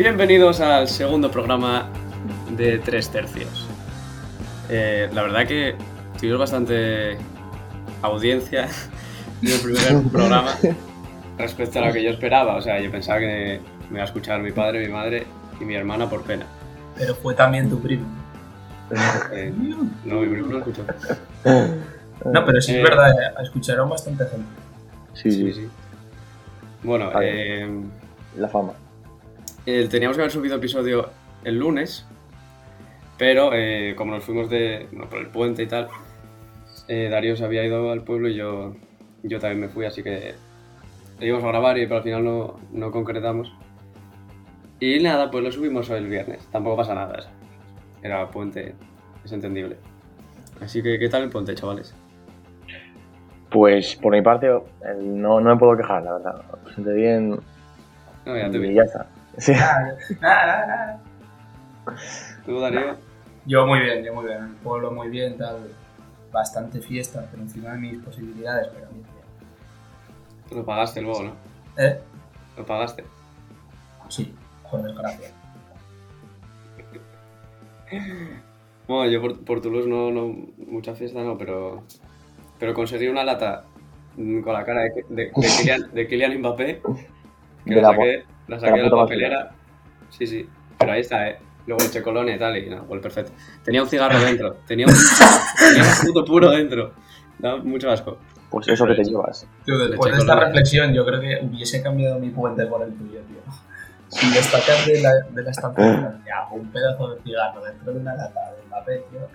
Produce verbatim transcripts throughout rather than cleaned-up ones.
Bienvenidos al segundo programa de Tres Tercios. Eh, la verdad que tuvimos bastante audiencia en el primer programa respecto a lo que yo esperaba. O sea, yo pensaba que me iba a escuchar mi padre, mi madre y mi hermana por pena. Pero fue también tu primo. Eh, no, mi primo no lo escuchó. No, pero sí Eh, es verdad, eh, escucharon bastante gente. Sí, Sí, sí, sí. Bueno, A ver. eh, La fama. eh, teníamos que haber subido episodio el lunes, pero eh, como nos fuimos de, bueno, por el puente y tal, eh, Darío se había ido al pueblo y yo, yo también me fui, así que íbamos a grabar y pero al final no, no concretamos. Y nada, pues lo subimos hoy el viernes. Tampoco pasa nada, eso. Era puente, es entendible. Así que, ¿qué tal el puente, chavales? Pues por mi parte, el- no, no me puedo quejar, la verdad. Lo presenté bien No, ya te y vi. ya está. Sí. Nada, nada, nada. ¿Tú, Darío? Yo muy bien, yo muy bien. El pueblo muy bien, tal. Bastante fiesta, por encima de mis posibilidades, pero bien, bien. Tú lo pagaste luego, ¿no? ¿Eh? Lo pagaste. Sí, por desgracia. Bueno, yo por, por Toulouse no, no, mucha fiesta no, pero, pero conseguí una lata mm, con la cara de, de, de, Kylian, de Kylian Mbappé, que De la la, saqué, la de saqué la de la puta papelera. Sí, sí, pero ahí está, ¿eh? Luego le eché colonia y tal, y no, pues perfecto. Tenía un cigarro dentro, tenía un, tenía un puto puro dentro. Da mucho asco. pues eso que te llevas. Tío, Le después eché de esta color. reflexión, yo creo que hubiese cambiado mi puente por el tuyo, tío. Sin destacar de la, de la estancia, ya, un pedazo de cigarro dentro de una lata de papel, tío.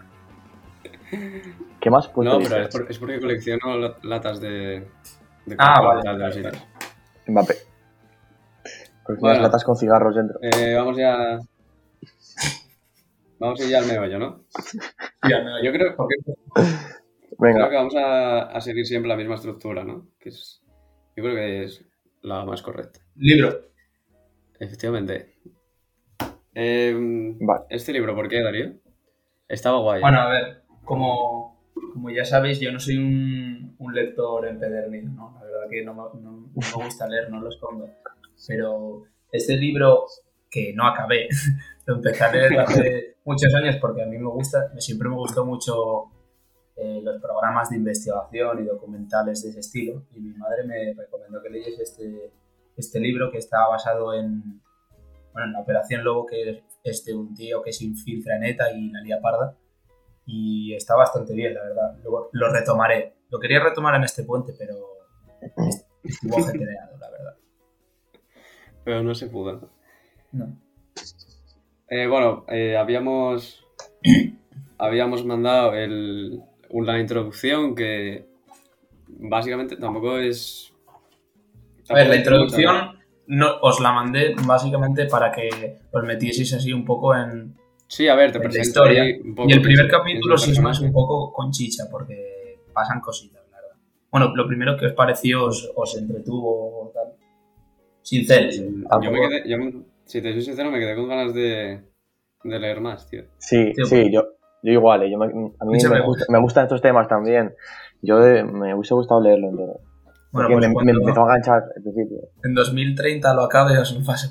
¿Qué más puesto No, pero es, dices? por- es porque colecciono la- latas de, de Ah, Coca-Cola vale, y tal, de los vale, sitios. Mbappé. Porque Bueno. tienes latas con cigarros dentro. Eh, vamos ya... Vamos a ir ya al meollo, ¿no? Ya, no, Yo creo, porque Venga, creo que vamos a, a seguir siempre la misma estructura, ¿no? Que es, yo creo que es la más correcta. libro. Efectivamente. Eh, vale. Este libro, ¿por qué, Darío? Estaba guay. Bueno, a ver, como, como ya sabéis, yo no soy un, un lector empedernido, ¿no? La verdad que no me, no, no me gusta leer, no lo escondo. Pero este libro, que no acabé, lo empecé a leer hace muchos años porque a mí me gusta, siempre me gustó mucho eh, los programas de investigación y documentales de ese estilo. Y mi madre me recomendó que leyese este, este libro que está basado en, bueno, en la Operación Lobo, que es de un tío que se infiltra en ETA y la lía parda. Y está bastante bien, la verdad. Luego lo retomaré. Lo quería retomar en este puente, pero estuvo ajetreado, la verdad. Pero no se pudo. No. Eh, bueno, eh, habíamos... habíamos mandado el, una introducción que... Básicamente tampoco es... A ver, la tampoco es mucha, ¿no? introducción no, os la mandé básicamente para que os metieseis así un poco en, Sí, a ver, te en la presento historia. ahí un poco Y el quién primer es- capítulo quién sí es es el más personaje. un poco con chicha, porque pasan cositas, la verdad. Bueno, lo primero que os pareció, os, os entretuvo o tal. Sinceros, ¿eh? Mm, Yo Tampoco- me quedé, yo me- si te soy sincero, me quedé con ganas de, de leer más, tío. Sí, Tío, sí, yo, yo igual. eh, Yo me- a mí Escúchame, me, gusta- me gustan estos temas también. Yo de- me hubiese gustado leerlo entero. Bueno, Porque pues me, cuando me empezó a enganchar al principio. en dos mil treinta lo acabe, os lo paso.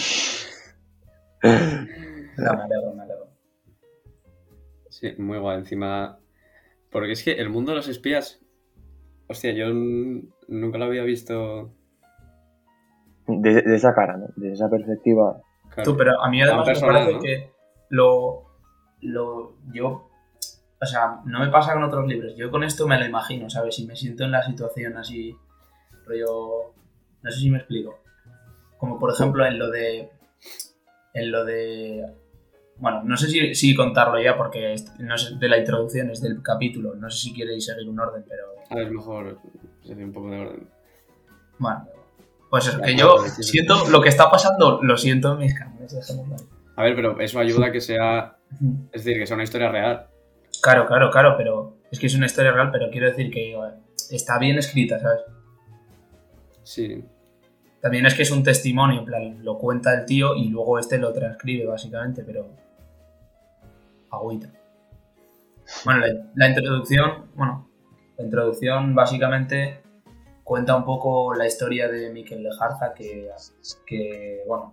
No, me alegro, me alegro. Sí, muy guay. Encima, porque es que el mundo de los espías, hostia, yo n- nunca lo había visto. De, de esa cara, ¿no? De esa perspectiva. Claro, Tú, pero a mí tan además me personal, parece ¿no? que lo, lo... Yo... O sea, no me pasa con otros libros. Yo con esto me lo imagino, ¿sabes? Si me siento en la situación así, rollo... No sé si me explico. Como por ejemplo en lo de... En lo de... Bueno, no sé si, si contarlo ya porque es- no es de la introducción, es del capítulo. No sé si queréis seguir un orden, pero... A ver, es mejor seguir un poco de orden. Bueno, pues eso, Ya, que claro, yo sí, sí. siento lo que está pasando, lo siento en mis carnes. dejémoslo ahí. A ver, pero eso ayuda a que sea, es decir, que sea una historia real. Claro, claro, claro, pero es que es una historia real, pero quiero decir que eh, está bien escrita, ¿sabes? Sí. También es que es un testimonio, en plan, lo cuenta el tío y luego este lo transcribe, básicamente, pero... Agüita. Bueno, la, la introducción, bueno, la introducción básicamente cuenta un poco la historia de Mikel Lejarza, que, que, bueno,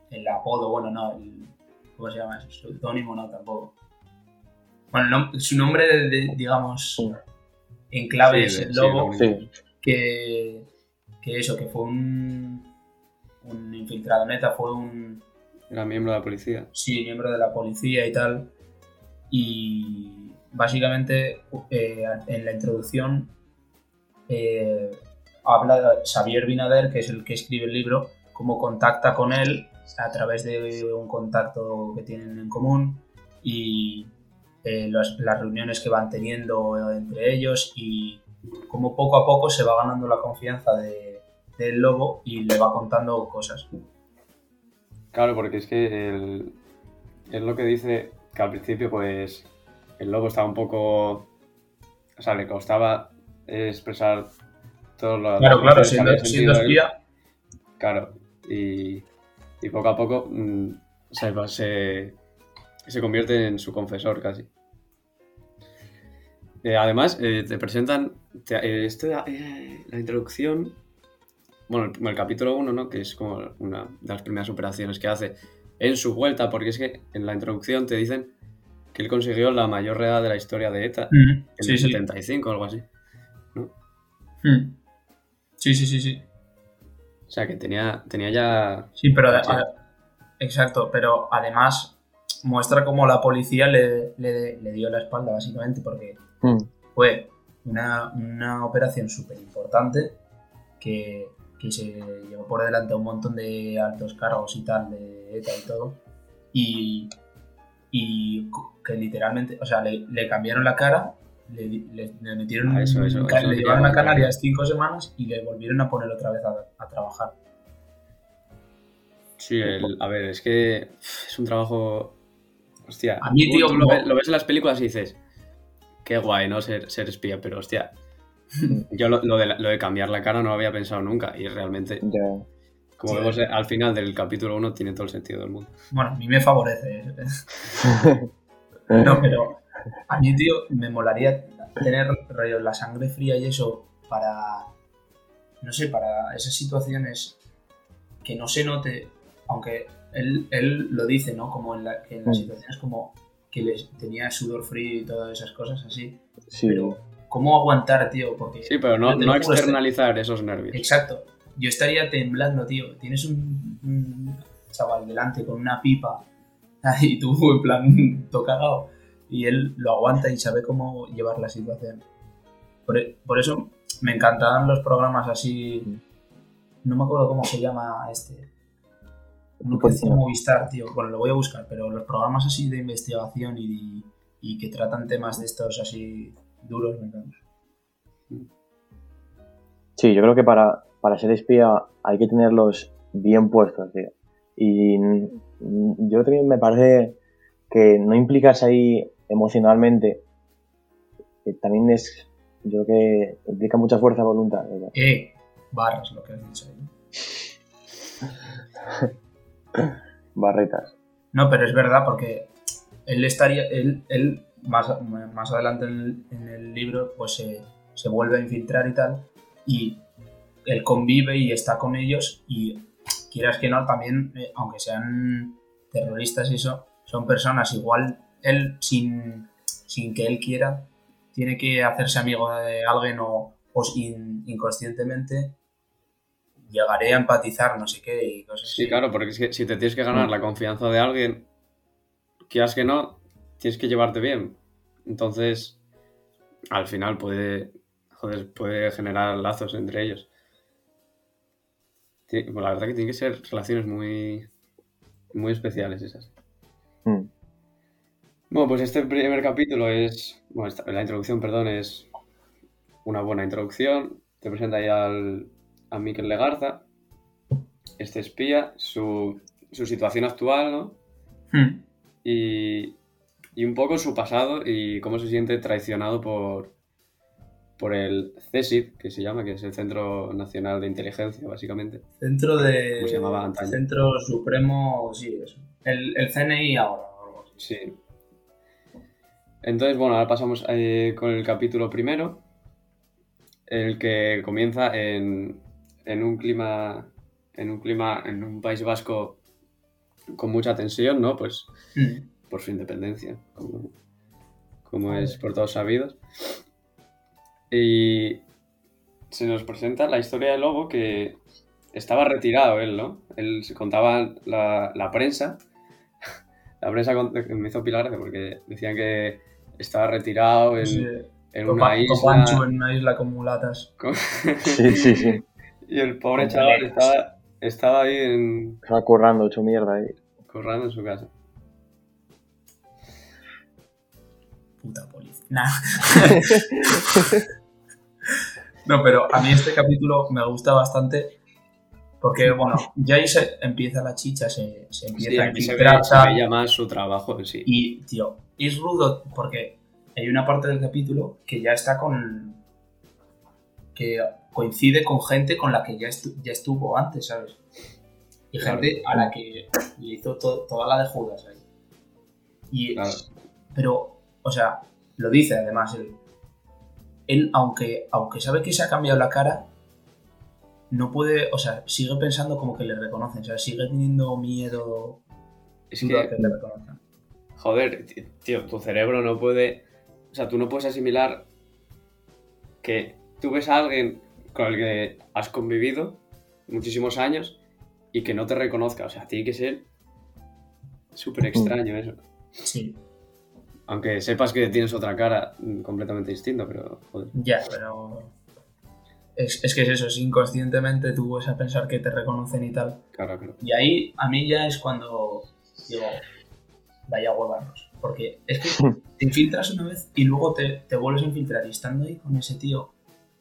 el apodo, bueno, no, el, ¿cómo se llama eso? Seudónimo, no, tampoco. Bueno, no, su nombre, de, de, digamos, Sí. en clave Sí, es de- el sí, lobo, lo Sí, que, que eso, que fue un, un infiltrado neta, fue un, Era miembro de la policía. sí, miembro de la policía y tal. Y básicamente eh, en la introducción eh, habla Xavier Binader, que es el que escribe el libro, cómo contacta con él a través de un contacto que tienen en común y eh, las, las reuniones que van teniendo entre ellos y cómo poco a poco se va ganando la confianza de, del lobo y le va contando cosas. Claro, porque es que el, es lo que dice que al principio, pues, el lobo estaba un poco. O sea, le costaba expresar todas las Claro, claro, emociones que había siendo, siendo sentido él. espía, Claro, y, y poco a poco mm, se, va- se, se convierte en su confesor casi. Eh, además, eh, te presentan te- eh, este, eh, la introducción, bueno, el, el capítulo uno, ¿no? Que es como una de las primeras operaciones que hace en su vuelta, porque es que en la introducción te dicen que él consiguió la mayor redada de la historia de ETA mm, en sí, el sí. setenta y cinco o algo así. ¿No? Mm. Sí, sí, sí, sí. O sea, que tenía, tenía ya. Sí, pero caché. a- exacto, pero además muestra cómo la policía le, le- le dio la espalda, básicamente, porque mm, fue una, una operación súper importante que, que se llevó por delante a un montón de altos cargos y tal, de ETA y todo, y, y que literalmente, o sea, le, le cambiaron la cara, le, le- le metieron, Ah, eso, eso, un ca- eso le quería llevaron a comentar. Canarias cinco semanas y le volvieron a poner otra vez a, a trabajar. Sí, el, a ver, es que uf, es un trabajo. Hostia, A mí, tú, tío, tú lo, como... ves, lo ves en las películas y dices, qué guay, ¿no? Ser, ser espía, pero hostia, yo lo, lo de, la- lo de cambiar la cara no lo había pensado nunca y realmente, ya. como Sí, vemos eh, al final del capítulo uno, tiene todo el sentido del mundo. Bueno, a mí me favorece. ¿eh? No, pero a mí, tío, me molaría tener rollo, la sangre fría y eso para, no sé, para esas situaciones que no se note, aunque él, él lo dice, ¿no? Como en, la, que en las Mm. situaciones como que les tenía sudor frío y todas esas cosas así. Sí, Pero, ¿cómo aguantar, tío? Porque Sí, pero no, yo te no lo juro, este- externalizar esos nervios. Exacto. Yo estaría temblando, tío. Tienes un, un chaval delante con una pipa y tú, en plan, todo cagado. Y él lo aguanta y sabe cómo llevar la situación. Por, e- por eso me encantaban los programas así. No me acuerdo cómo se llama este. Uno que hacía Movistar, tío. Bueno, lo voy a buscar, pero los programas así de investigación y, y que tratan temas de estos así duros me encantan. sí, yo creo que para, para ser espía hay que tenerlos bien puestos, tío. Y mm, yo también me parece que no implicarse ahí emocionalmente, que también es, yo creo que implica mucha fuerza de voluntad, ¿verdad? Eh, barras lo que has dicho ahí. Barretas. No, pero es verdad porque él estaría, él, él más, más adelante en el, en el libro pues se, se vuelve a infiltrar y tal y él convive y está con ellos y quieras que no, también, eh, aunque sean terroristas y eso, son personas igual, él sin, sin que él quiera tiene que hacerse amigo de alguien o, o in- inconscientemente llegaré a empatizar no sé qué y cosas Sí, así. claro, porque es que si te tienes que ganar la confianza de alguien, quieras que no, tienes que llevarte bien. Entonces, al final puede, joder, puede generar lazos entre ellos. Tie- pues la verdad que tienen que ser relaciones muy, muy especiales esas. Mm. Bueno, pues este primer capítulo es, bueno, esta- la introducción, perdón, es una buena introducción. Te presenta ahí al, a Mikel Legarza, este espía, su, su situación actual, ¿no? Hmm. Y, y un poco su pasado y cómo se siente traicionado por, por el C S I D, que se llama, que es el Centro Nacional de Inteligencia, básicamente. Centro de. ¿Cómo se llamaba antaño? Centro Supremo, sí, eso. El, el C N I ahora. o algo así. Sí. Entonces, bueno, ahora pasamos eh, con el capítulo primero, el que comienza en, en un clima, en un clima, en un País Vasco con mucha tensión, ¿no? Pues Mm. por su independencia, como, como es por todos sabidos. Y se nos presenta la historia del lobo que estaba retirado él, ¿no? Él se contaba la, la prensa. La prensa con- me hizo pilar gracia porque decían que estaba retirado en, Sí. en Topa- una Topanchu isla. en una isla con mulatas. con- Sí, sí, sí. Y el pobre Con chaval peletas. estaba, estaba ahí en, Estaba currando, hecho mierda ahí. currando en su casa. Puta policía. Nah. No, pero a mí este capítulo me gusta bastante porque, bueno, ya ahí se empieza la chicha, se, se empieza Sí, a aquí se, ve, infiltrar, se tal. veía más su trabajo en sí. Y, tío, es rudo porque hay una parte del capítulo que ya está con... que coincide con gente con la que ya, estu- ya estuvo antes, ¿sabes? Y Claro. gente a la que le hizo to- toda la de Judas ahí. Y, Claro. Pero, o sea, lo dice además él. Él, aunque, aunque sabe que se ha cambiado la cara, no puede, o sea, sigue pensando como que le reconocen, o sea, sigue teniendo miedo Es duda que, que le reconozcan. joder, ti- tío, tu cerebro no puede... O sea, tú no puedes asimilar que tú ves a alguien con el que has convivido muchísimos años y que no te reconozca. O sea, tiene que ser súper extraño eso. Sí, Aunque sepas que tienes otra cara mm, completamente distinta, pero joder. ya, pero... Es, es que es eso, es inconscientemente tú vas a pensar que te reconocen y tal. Claro, claro. Y ahí a mí ya es cuando digo, vaya a huevarnos. Porque es que te infiltras una vez y luego te, te vuelves a infiltrar. Y estando ahí con ese tío,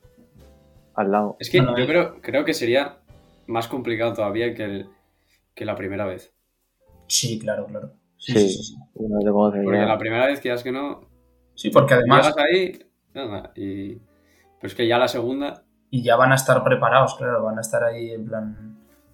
Al lado. Es que Bueno, yo ahí- creo, creo que sería más complicado todavía que, el- que la primera vez. sí, claro, claro. Sí, Sí, sí, sí. Sí, no te conoce Porque ya. la primera vez que das que no, Sí, porque además, llegas ahí, nada, y... Pero es que ya la segunda, y ya van a estar preparados, claro, van a estar ahí en plan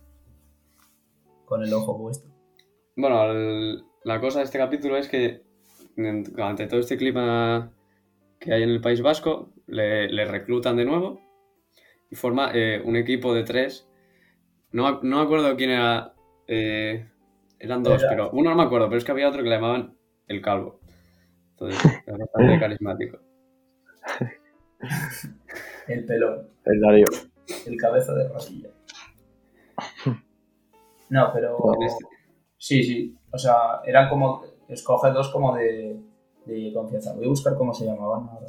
con el ojo puesto. bueno, el- la cosa de este capítulo es que en- ante todo este clima que hay en el País Vasco, le, le reclutan de nuevo y forma eh, un equipo de tres. No, me- no me acuerdo quién era, eh, eran dos, Era- pero uno no me acuerdo, pero es que había otro que le llamaban el Calvo. Entonces, era bastante carismático. El pelón, El Darío. el cabeza de ratilla. No, pero... En este- Sí, sí. O sea, eran como... Escoge dos como de, de confianza. Voy a buscar cómo se llamaban ahora.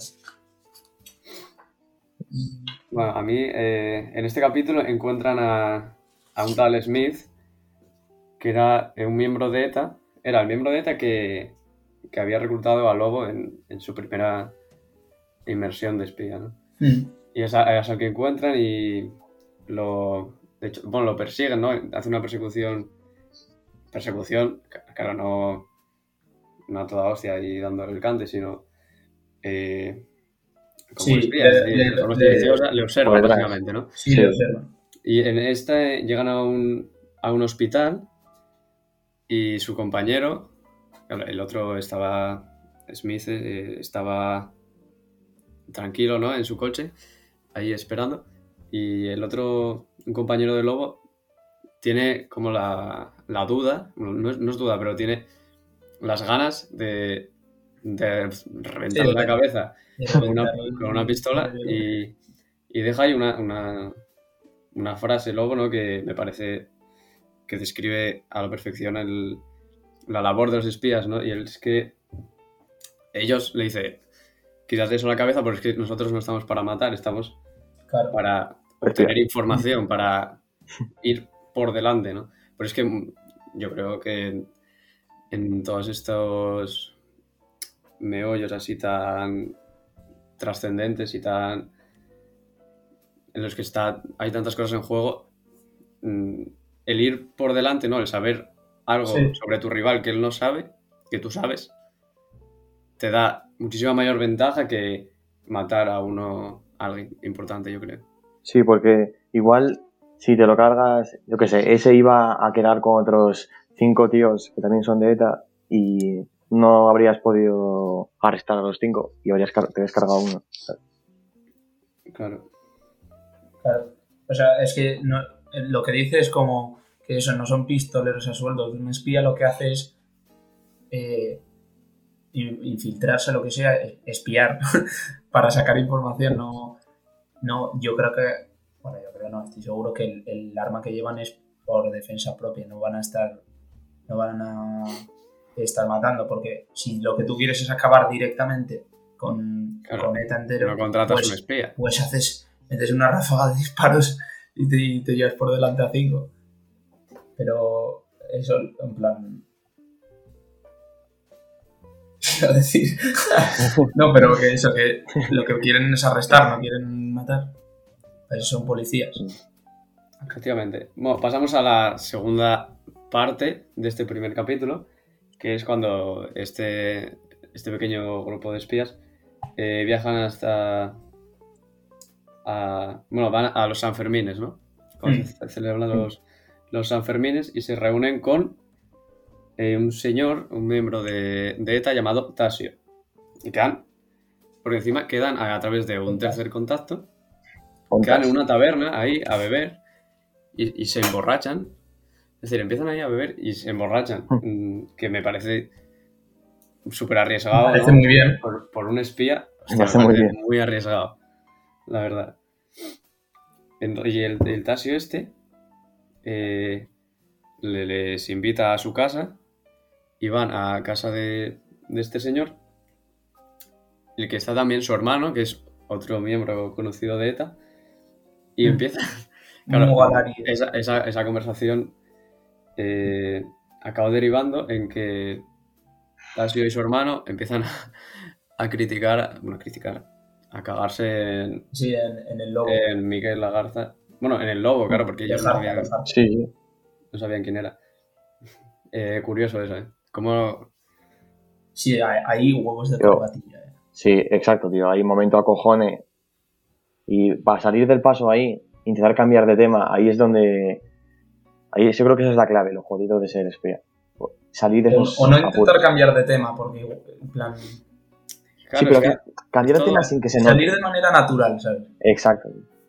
Bueno, a mí eh, en este capítulo encuentran a, a un tal Smith, que era eh, un miembro de ETA, era el miembro de ETA que, que había reclutado a Lobo en, en su primera inmersión de espía, ¿no? Hmm. Y es, a- es al que encuentran y lo, de hecho, bueno, lo persiguen, ¿no? Hace una persecución, persecución, ca- claro, no, no a toda hostia y dándole el cante, sino eh, como Sí, espías, le- es decir, le- de forma le- silenciosa, le observan por detrás. básicamente, ¿no? Sí, Sí. lo observan. Y en este llegan a un, a un hospital y su compañero, claro, el otro estaba, Smith, eh, estaba tranquilo, ¿no? En su coche, ahí esperando. Y el otro, un compañero de Lobo, tiene como la, la duda, no es, no es duda, pero tiene las ganas de, de reventarle Sí, la de- cabeza de con una, reventarle con una el- pistola el- y, y deja ahí una, una, una frase Lobo, ¿no? Que me parece que describe a la perfección el, la labor de los espías, ¿no? Y él es que ellos le dice, quítate eso en la cabeza porque es que nosotros no estamos para matar, estamos Claro. para obtener información, para ir por delante, ¿no? Pero es que mm, yo creo que en, en todos estos meollos así tan trascendentes y tan en los que está hay tantas cosas en juego, mm, el ir por delante, ¿no? El saber algo Sí. sobre tu rival que él no sabe, que tú sabes, te da muchísima mayor ventaja que matar a uno, a alguien importante, yo creo. Sí, porque igual si te lo cargas, yo qué sé, ese iba a quedar con otros cinco tíos que también son de ETA y no habrías podido arrestar a los cinco y habrías car- te habrías cargado uno. Claro. Claro. O sea, es que no, lo que dice es como que eso no son pistoleros a sueldo. Un espía lo que hace es eh, infiltrarse, lo que sea, espiar para sacar información. No, no, yo creo que, bueno, yo creo no, estoy seguro que el, el arma que llevan es por defensa propia, no van a estar, no van a estar matando, porque si lo que tú quieres es acabar directamente con, claro, con ETA entero, no contratas pues, un espía. Pues haces, metes una ráfaga de disparos y te, y te llevas por delante a cinco. Pero eso, en plan... Quiero decir... no, pero que eso, que lo que quieren es arrestar, no quieren matar. Pero son policías. Efectivamente. Bueno, pasamos a la segunda parte de este primer capítulo, que es cuando este, este pequeño grupo de espías eh, viajan hasta... A, bueno, van a los Sanfermines, ¿no? Cuando mm. se celebran los, los Sanfermines y se reúnen con eh, un señor, un miembro de, de ETA llamado Tasio. Y quedan, por encima, quedan a, a través de un tercer contacto, quedan en una taberna ahí a beber y, y se emborrachan. Es decir, empiezan ahí a beber y se emborrachan, mm. que me parece súper arriesgado. Me parece ¿no? muy bien. Por, por un espía, hostia, me parece muy, bien. muy arriesgado, la verdad. Y el, el Tasio este eh, le, les invita a su casa y van a casa de, de este señor, el que está también su hermano, que es otro miembro conocido de ETA, y mm. empieza... Claro, esa, esa, esa conversación eh, acaba derivando en que Tasio y su hermano empiezan a, a criticar, bueno, a criticar, a cagarse en, sí, en, en el lobo. En Miquel Lagarza. Bueno, en el lobo, claro, porque ellos no sabían, sí. no sabían quién era. Eh, curioso eso, ¿eh? Cómo... Sí, hay, hay huevos de corbatilla, ¿eh? Sí, exacto, tío. Hay un momento acojones. Y para salir del paso ahí, intentar cambiar de tema, ahí es donde... Ahí yo creo que esa es la clave, lo jodido de ser espía. Salir de esos O, o no intentar apuros. Cambiar de tema, porque en plan... Claro, sí, pero es que cambiar de tema sin que se note. Salir de manera natural, ¿sabes? Exacto.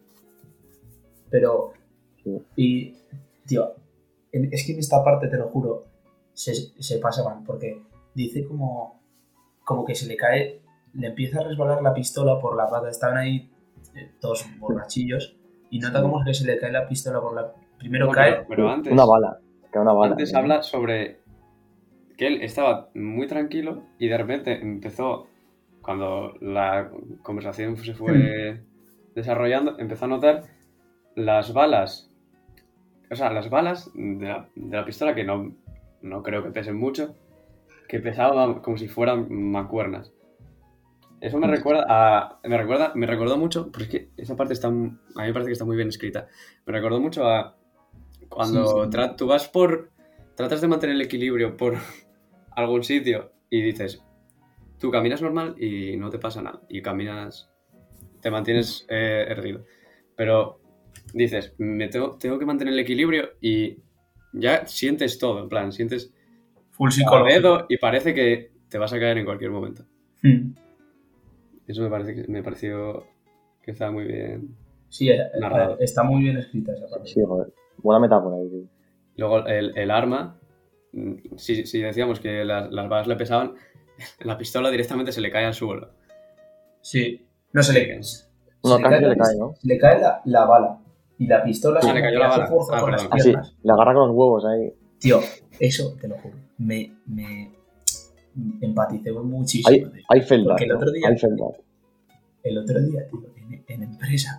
Pero... Sí. Y, tío, en, es que en esta parte, te lo juro, se, se pasaban, porque dice como, como que se le cae, le empieza a resbalar la pistola por la pata. Estaban ahí eh, todos borrachillos y nota como que se le cae la pistola por la... Primero bueno, cae... Pero, pero antes... Una bala. Cae una bala. Antes ¿no? habla sobre que él estaba muy tranquilo y de repente empezó... Cuando la conversación se fue desarrollando, empezó a notar las balas, o sea, las balas de la, de la pistola, que no, no creo que pesen mucho, que pesaban como si fueran mancuernas. Eso me recuerda a... Me recuerda, me recordó mucho, porque es que esa parte está... A mí me parece que está muy bien escrita. Me recordó mucho a cuando sí, sí. Tra- tú vas por... Tratas de mantener el equilibrio por algún sitio y dices... Tú caminas normal y no te pasa nada. Y caminas... Te mantienes eh, erguido. Pero dices, me tengo, tengo que mantener el equilibrio y ya sientes todo. En plan, sientes... Full psicológico. Y parece que te vas a caer en cualquier momento. Hmm. Eso me, parece que, me pareció que estaba muy bien sí, narrado. Está muy bien escrita esa parte. Sí, joder. Buena metáfora. Sí. Luego el, el arma... Si, si decíamos que las, las balas le pesaban... La pistola directamente se le cae al suelo. Sí. No se le cae. No, casi se le cae, ¿no? Se le cae la, la bala. Y la pistola sí, se le cayó la bala. Ah, con las ah, sí. Le agarra con los huevos ahí. Tío, eso te lo juro. Me, me empaticé muchísimo. Hay, tío. hay feldback, Porque el otro día, hay feldback. El otro día, tío, en, en empresa,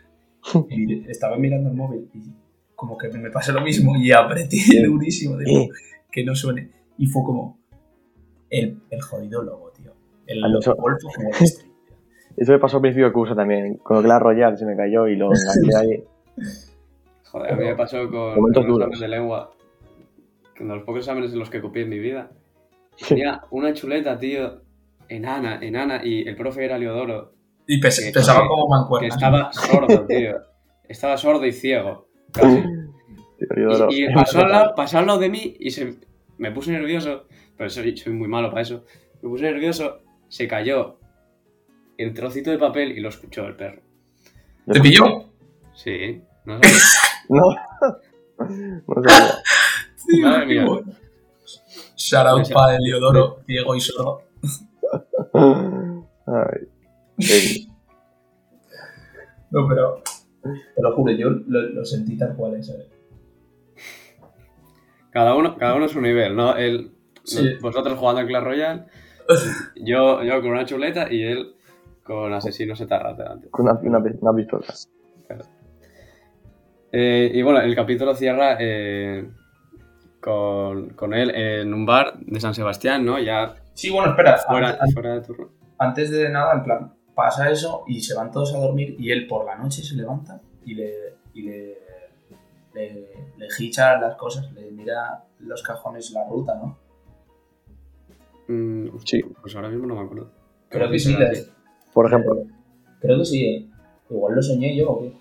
estaba mirando el móvil y como que me pasó lo mismo y apreté durísimo, digo, que no suene. Y fue como... El, el jodido lobo, tío. El lobo golfo como el street. Eso me pasó al principio de curso también. Con el Clash Royale se me cayó y lo enganché ahí. Joder, a mí me pasó con, con los exámenes de lengua. Con los pocos exámenes en los que copié en mi vida. Tenía una chuleta, tío, enana, enana, y el profe era Leodoro. Y pes- que, pesaba que, como mancuerna. Que estaba sordo, tío. Estaba sordo y ciego. Casi. Y, y pasó, al lado, pasó al lado de mí y se, me puse nervioso. Pero soy, soy muy malo para eso. Me puse nervioso, se cayó el trocito de papel y lo escuchó el perro. ¿Te pilló? Sí, no sabes. No. No sabía. Sí, Madre qué mía. bueno. Shout out para Eliodoro, Diego y Sordo. Ay, qué- No, pero te lo juro, yo lo, lo sentí tal cual es. ¿eh? Cada uno, cada uno a su nivel, ¿no? Él, Sí. vosotros jugando al Clash Royale, yo, yo con una chuleta y él con asesinos etarras delante. Con una, una, una pistola. Eh, y bueno, el capítulo cierra eh, con, con él en un bar de San Sebastián, ¿no? Ya Sí, bueno, espera. fuera, Antes, fuera de turno. antes de nada, en plan, pasa eso y se van todos a dormir y él por la noche se levanta y le, y le, le, le hicha las cosas, le mira los cajones la ruta, ¿no? Mm, Sí. Pues ahora mismo no me acuerdo. Creo que sí, será le- así. Por ejemplo, creo que sí, ¿eh? Igual lo soñé yo o qué.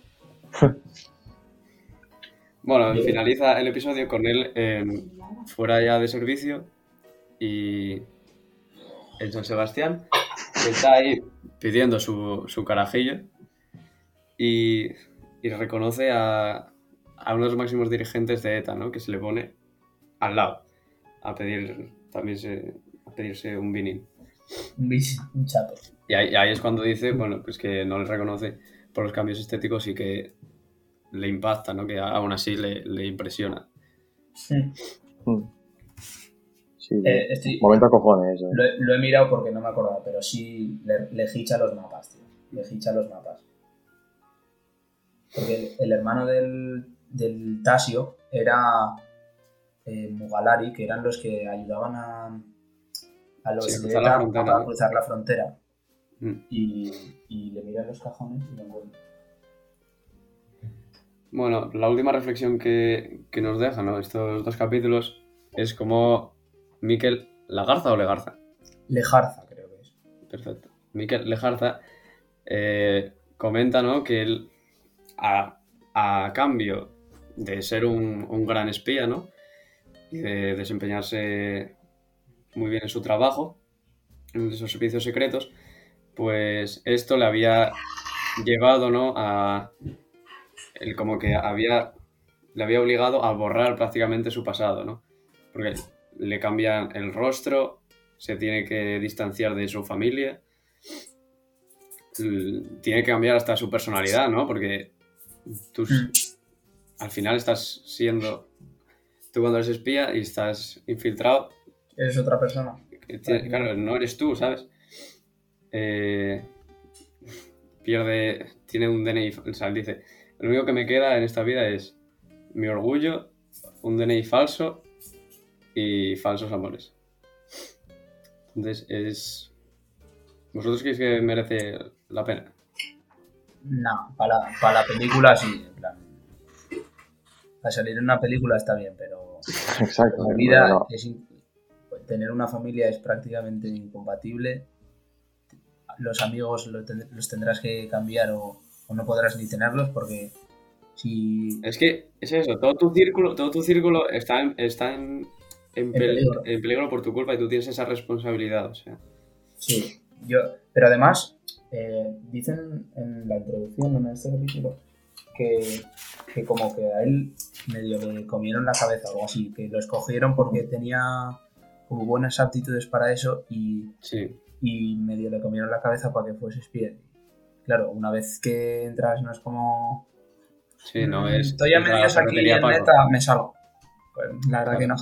Bueno, Yo- finaliza el episodio con él en- fuera ya de servicio y en San Sebastián, que está ahí pidiendo su, su carajillo y, y reconoce a, a uno de los máximos dirigentes de ETA, ¿no? Que se le pone al lado a pedir también se, a pedirse un vinín. Un bis, un chato. Y ahí, y ahí es cuando dice, bueno, pues que no le reconoce por los cambios estéticos y que le impacta, ¿no? Que aún así le, le impresiona. Mm. mm, sí, Eh, estoy- momento a cojones eso. Lo, he- lo he mirado porque no me acordaba, pero sí le, le hicha los mapas, tío. Le hicha los mapas. Porque el, el hermano del, del Tasio era eh, Mugalari, que eran los que ayudaban a, a los Sí, a de cruzar la ETA frontera, a ¿no? cruzar la frontera. Mm. Y, y le miran los cajones y lo encuentran. Bueno, la última reflexión que, que nos deja, ¿no? Estos dos capítulos es como Mikel Lagarza o Legarza. Lejarza, creo que es. Perfecto. Mikel Lejarza eh, comenta, ¿no? Que él, a, a cambio de ser un, un gran espía, ¿no? Y de desempeñarse muy bien en su trabajo, en esos servicios secretos, pues esto le había llevado, ¿no? A él como que había le había obligado a borrar prácticamente su pasado, ¿no? Porque le cambian el rostro, se tiene que distanciar de su familia, l- tiene que cambiar hasta su personalidad, ¿no? Porque tú Mm. al final estás siendo tú cuando eres espía y estás infiltrado, Eres otra persona. que tiene- claro, no eres tú, ¿sabes? Eh, pierde, tiene un D N I, o sea, él dice, lo único que me queda en esta vida es mi orgullo, un D N I falso y falsos amores. Entonces es... ¿Vosotros creéis que merece la pena? No, para, para la película sí, en plan. Para salir en una película está bien, pero Exacto. la pero vida no. es in- tener una familia es prácticamente incompatible. Los amigos lo ten- los tendrás que cambiar o, o no podrás ni tenerlos porque si Es que es eso, todo tu círculo, todo tu círculo está en, está en, en, En pel- peligro. en peligro por tu culpa y tú tienes esa responsabilidad, o sea. sí, yo, pero además eh, dicen en la introducción en este capítulo que, que como que a él medio le comieron la cabeza o algo así, que lo escogieron porque tenía como buenas aptitudes para eso y Sí, y medio le comieron la cabeza para que fuese espía. Claro, una vez que entras no es como... sí, no "Mm, es... Estoy a es la medias aquí ferretería en Paco. neta, me salgo. Pues la verdad Claro. que no.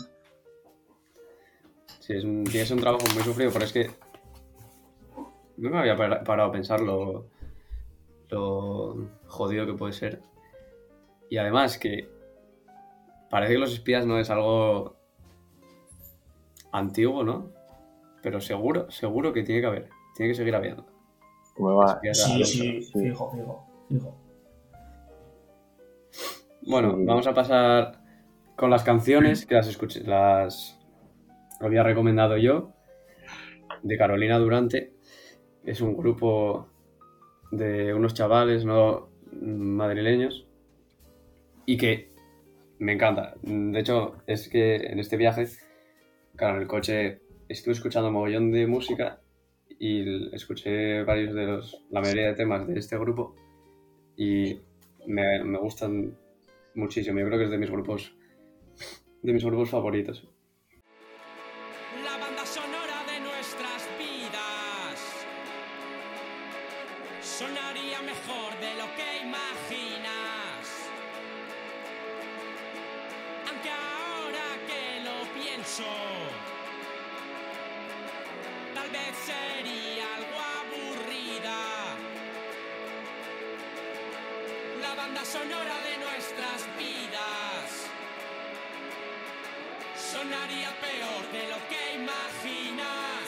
Sí, es un, tienes un trabajo muy sufrido, pero es que no me había par- parado a pensar lo, lo jodido que puede ser. Y además que parece que los espías no es algo antiguo, ¿no? Pero seguro, seguro que tiene que haber, tiene que seguir habiendo. ¿Cómo va? Espías a Sí, lo sí, loco. sí. fijo, fijo, fijo. Bueno, Sí. vamos a pasar con las canciones que las escuché, las había recomendado yo, de Carolina Durante. Es un grupo de unos chavales no madrileños y que me encanta. De hecho, es que en este viaje, claro, en el coche estuve escuchando un mogollón de música y escuché varios de los, la mayoría de temas de este grupo y me, me gustan muchísimo. Yo creo que es de mis grupos, de mis grupos favoritos. La banda sonora de nuestras vidas sonaría mejor de lo que imaginas. Aunque ahora que lo pienso, tal vez sería algo aburrida. La banda sonora de nuestras vidas sonaría peor de lo que imaginas.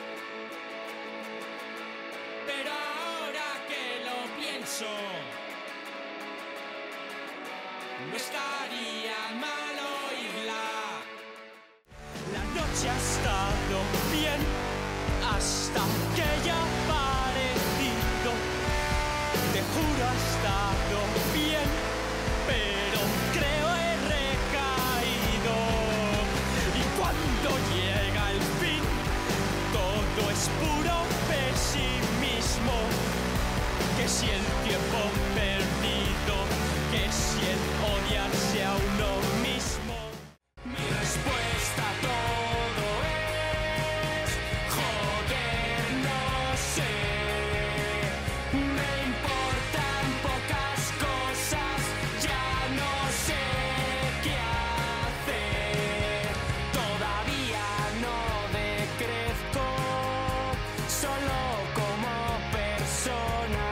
Pero ahora que lo pienso, no estaría mal oírla. La noche ha estado bien hasta que ya ha parecido. Te juro ha estado bien, pero creo he recaído. Y cuando llega el fin, todo es puro pesimismo. Que si el tiempo perdido, que si el odiarse a uno mismo. Mi respuesta a todo es joder, no sé. Me importan pocas cosas, ya no sé qué hacer. Todavía no decrezco, solo como persona.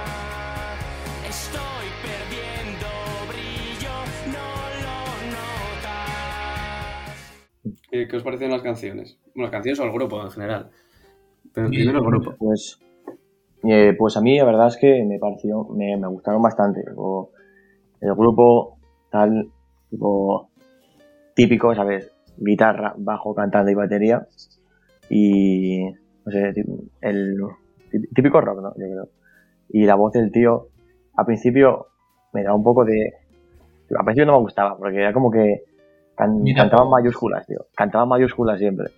Estoy perdiendo brillo, no lo notas. ¿Qué, qué os parecen las canciones? Bueno, las canciones o el grupo en general. Pero Sí. primero el grupo. Pues, eh, pues a mí la verdad es que me pareció, me, me gustaron bastante. Tipo, el grupo tal, tipo típico, ¿sabes? Guitarra, bajo, cantante y batería. Y, no sé, tí- el típico rock, ¿no? Yo creo. Y la voz del tío, al principio me daba un poco de... Al principio no me gustaba, porque era como que can- Mira, cantaba en po- mayúsculas, tío. Cantaba en mayúsculas siempre.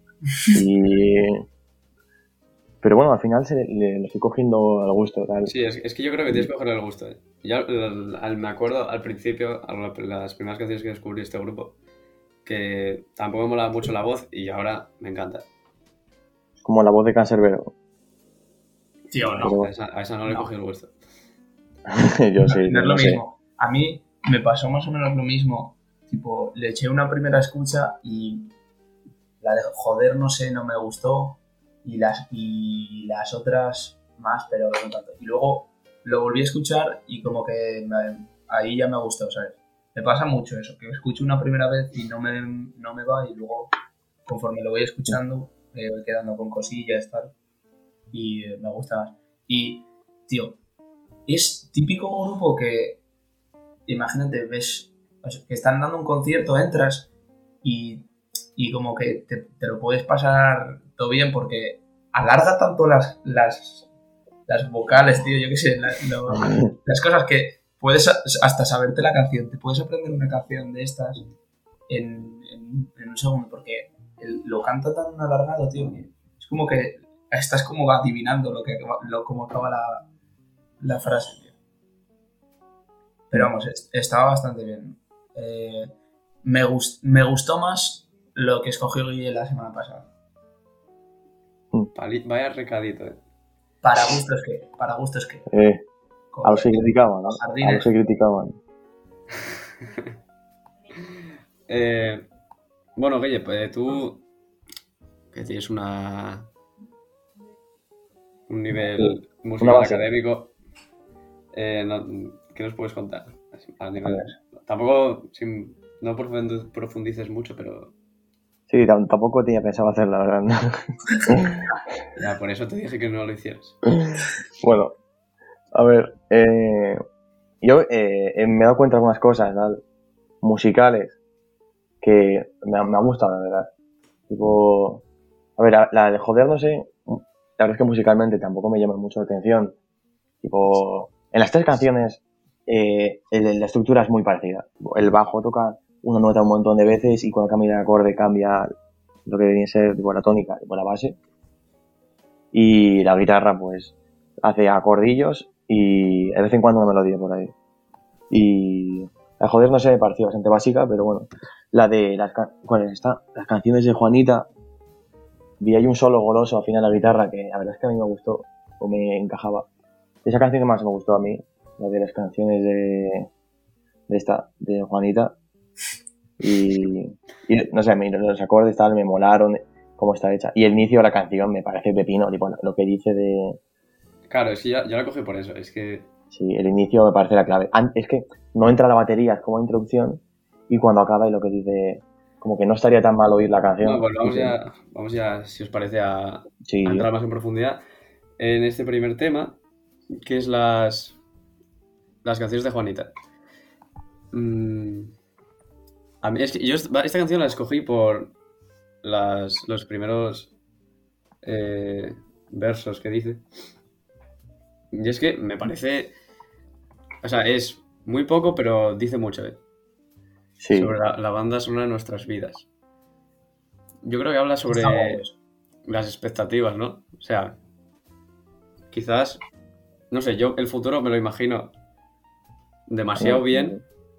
Y... Pero bueno, al final se le, le- le fui cogiendo el gusto, tal. Sí, es, es que yo creo que tienes que coger el gusto. ¿eh? Ya al- al- me acuerdo al principio, a la- las primeras canciones que descubrí este grupo, que tampoco me molaba mucho la voz y ahora me encanta. Como la voz de Canserbero. Tío, no. Pero A esa, a esa no le No. cogí el gusto. yo sí, No es no lo sé. mismo. A mí me pasó más o menos lo mismo. Tipo, le eché una primera escucha y la de joder, no sé, no me gustó. Y las, y las otras más, pero no tanto. Y luego lo volví a escuchar y como que me- ahí ya me gustó, ¿sabes? Me pasa mucho eso, que escucho una primera vez y no me, no me va y luego conforme lo voy escuchando me voy quedando con cosillas tal y eh, me gusta más. Y, tío, es típico grupo que, imagínate, ves o sea, que están dando un concierto, entras y, y como que te, te lo puedes pasar todo bien porque alarga tanto las, las, las vocales, tío, yo qué sé, la- lo- las cosas que puedes a- hasta saberte la canción, te puedes aprender una canción de estas en, en, en un segundo porque el- lo canta tan alargado, tío, que es como que estás como adivinando lo que acaba- lo, cómo acaba la, la frase, tío. Pero vamos, est- estaba bastante bien. Eh, me, gust- me gustó más lo que escogió Guille la semana pasada. Pali- Vaya recadito, eh. Para gustos que, para gustos que. Eh, a los que Correcto. criticaban, ¿no? A Jardines. los que criticaban. Eh, bueno, Guille, pues tú que tienes una un nivel musical base. académico, eh, no- ¿qué nos puedes contar? Así, a nivel- A ver. tampoco sin- no profundu- profundices mucho, pero Sí, tam- tampoco tenía pensado hacerlo, la verdad. ¿no? ya, por eso te dije que no lo hicieras. Bueno, a ver, eh, yo eh, eh, me he dado cuenta de algunas cosas, ¿tal? Musicales, que me, ha- me han gustado, la verdad. Tipo, a ver, la, la de joder, no sé, la verdad es que musicalmente tampoco me llama mucho la atención. Tipo, en las tres canciones eh, el- la estructura es muy parecida. El bajo toca una nota un montón de veces y cuando cambia de acorde cambia lo que viene a ser tipo, la tónica, tipo, la base. Y la guitarra, pues, hace acordillos y de vez en cuando una melodía por ahí. Y la La joder, no sé, me pareció bastante básica, pero bueno. La de las, can- ¿cuál es esta? Las canciones de Juanita. Vi ahí un solo goloso al final de la guitarra que la verdad es que a mí me gustó o me encajaba. Esa canción que más me gustó a mí, la de las canciones de, de esta, de Juanita. Y, y no sé, a mí los acordes tal me molaron, cómo está hecha. Y el inicio de la canción me parece pepino, tipo, lo que dice de... Claro, es que ya, ya la cogí por eso. Es que, Sí, el inicio me parece la clave. An- Es que no entra la batería, es como introducción, y cuando acaba y lo que dice, como que no estaría tan mal oír la canción. bueno, pues vamos Dice, ya, vamos ya, si os parece, a, sí, a entrar más en profundidad en este primer tema, que es las, las canciones de Juanita. Mm, a mí, es que yo esta esta canción la escogí por las, los primeros eh, versos que dice. Y es que me parece, o sea, es muy poco, pero dice mucho, ¿eh? sí. Sobre la, la banda sonora de nuestras vidas. Yo creo que habla Está guapo sobre eso. las expectativas, ¿no? O sea, quizás, no sé, yo el futuro me lo imagino demasiado bien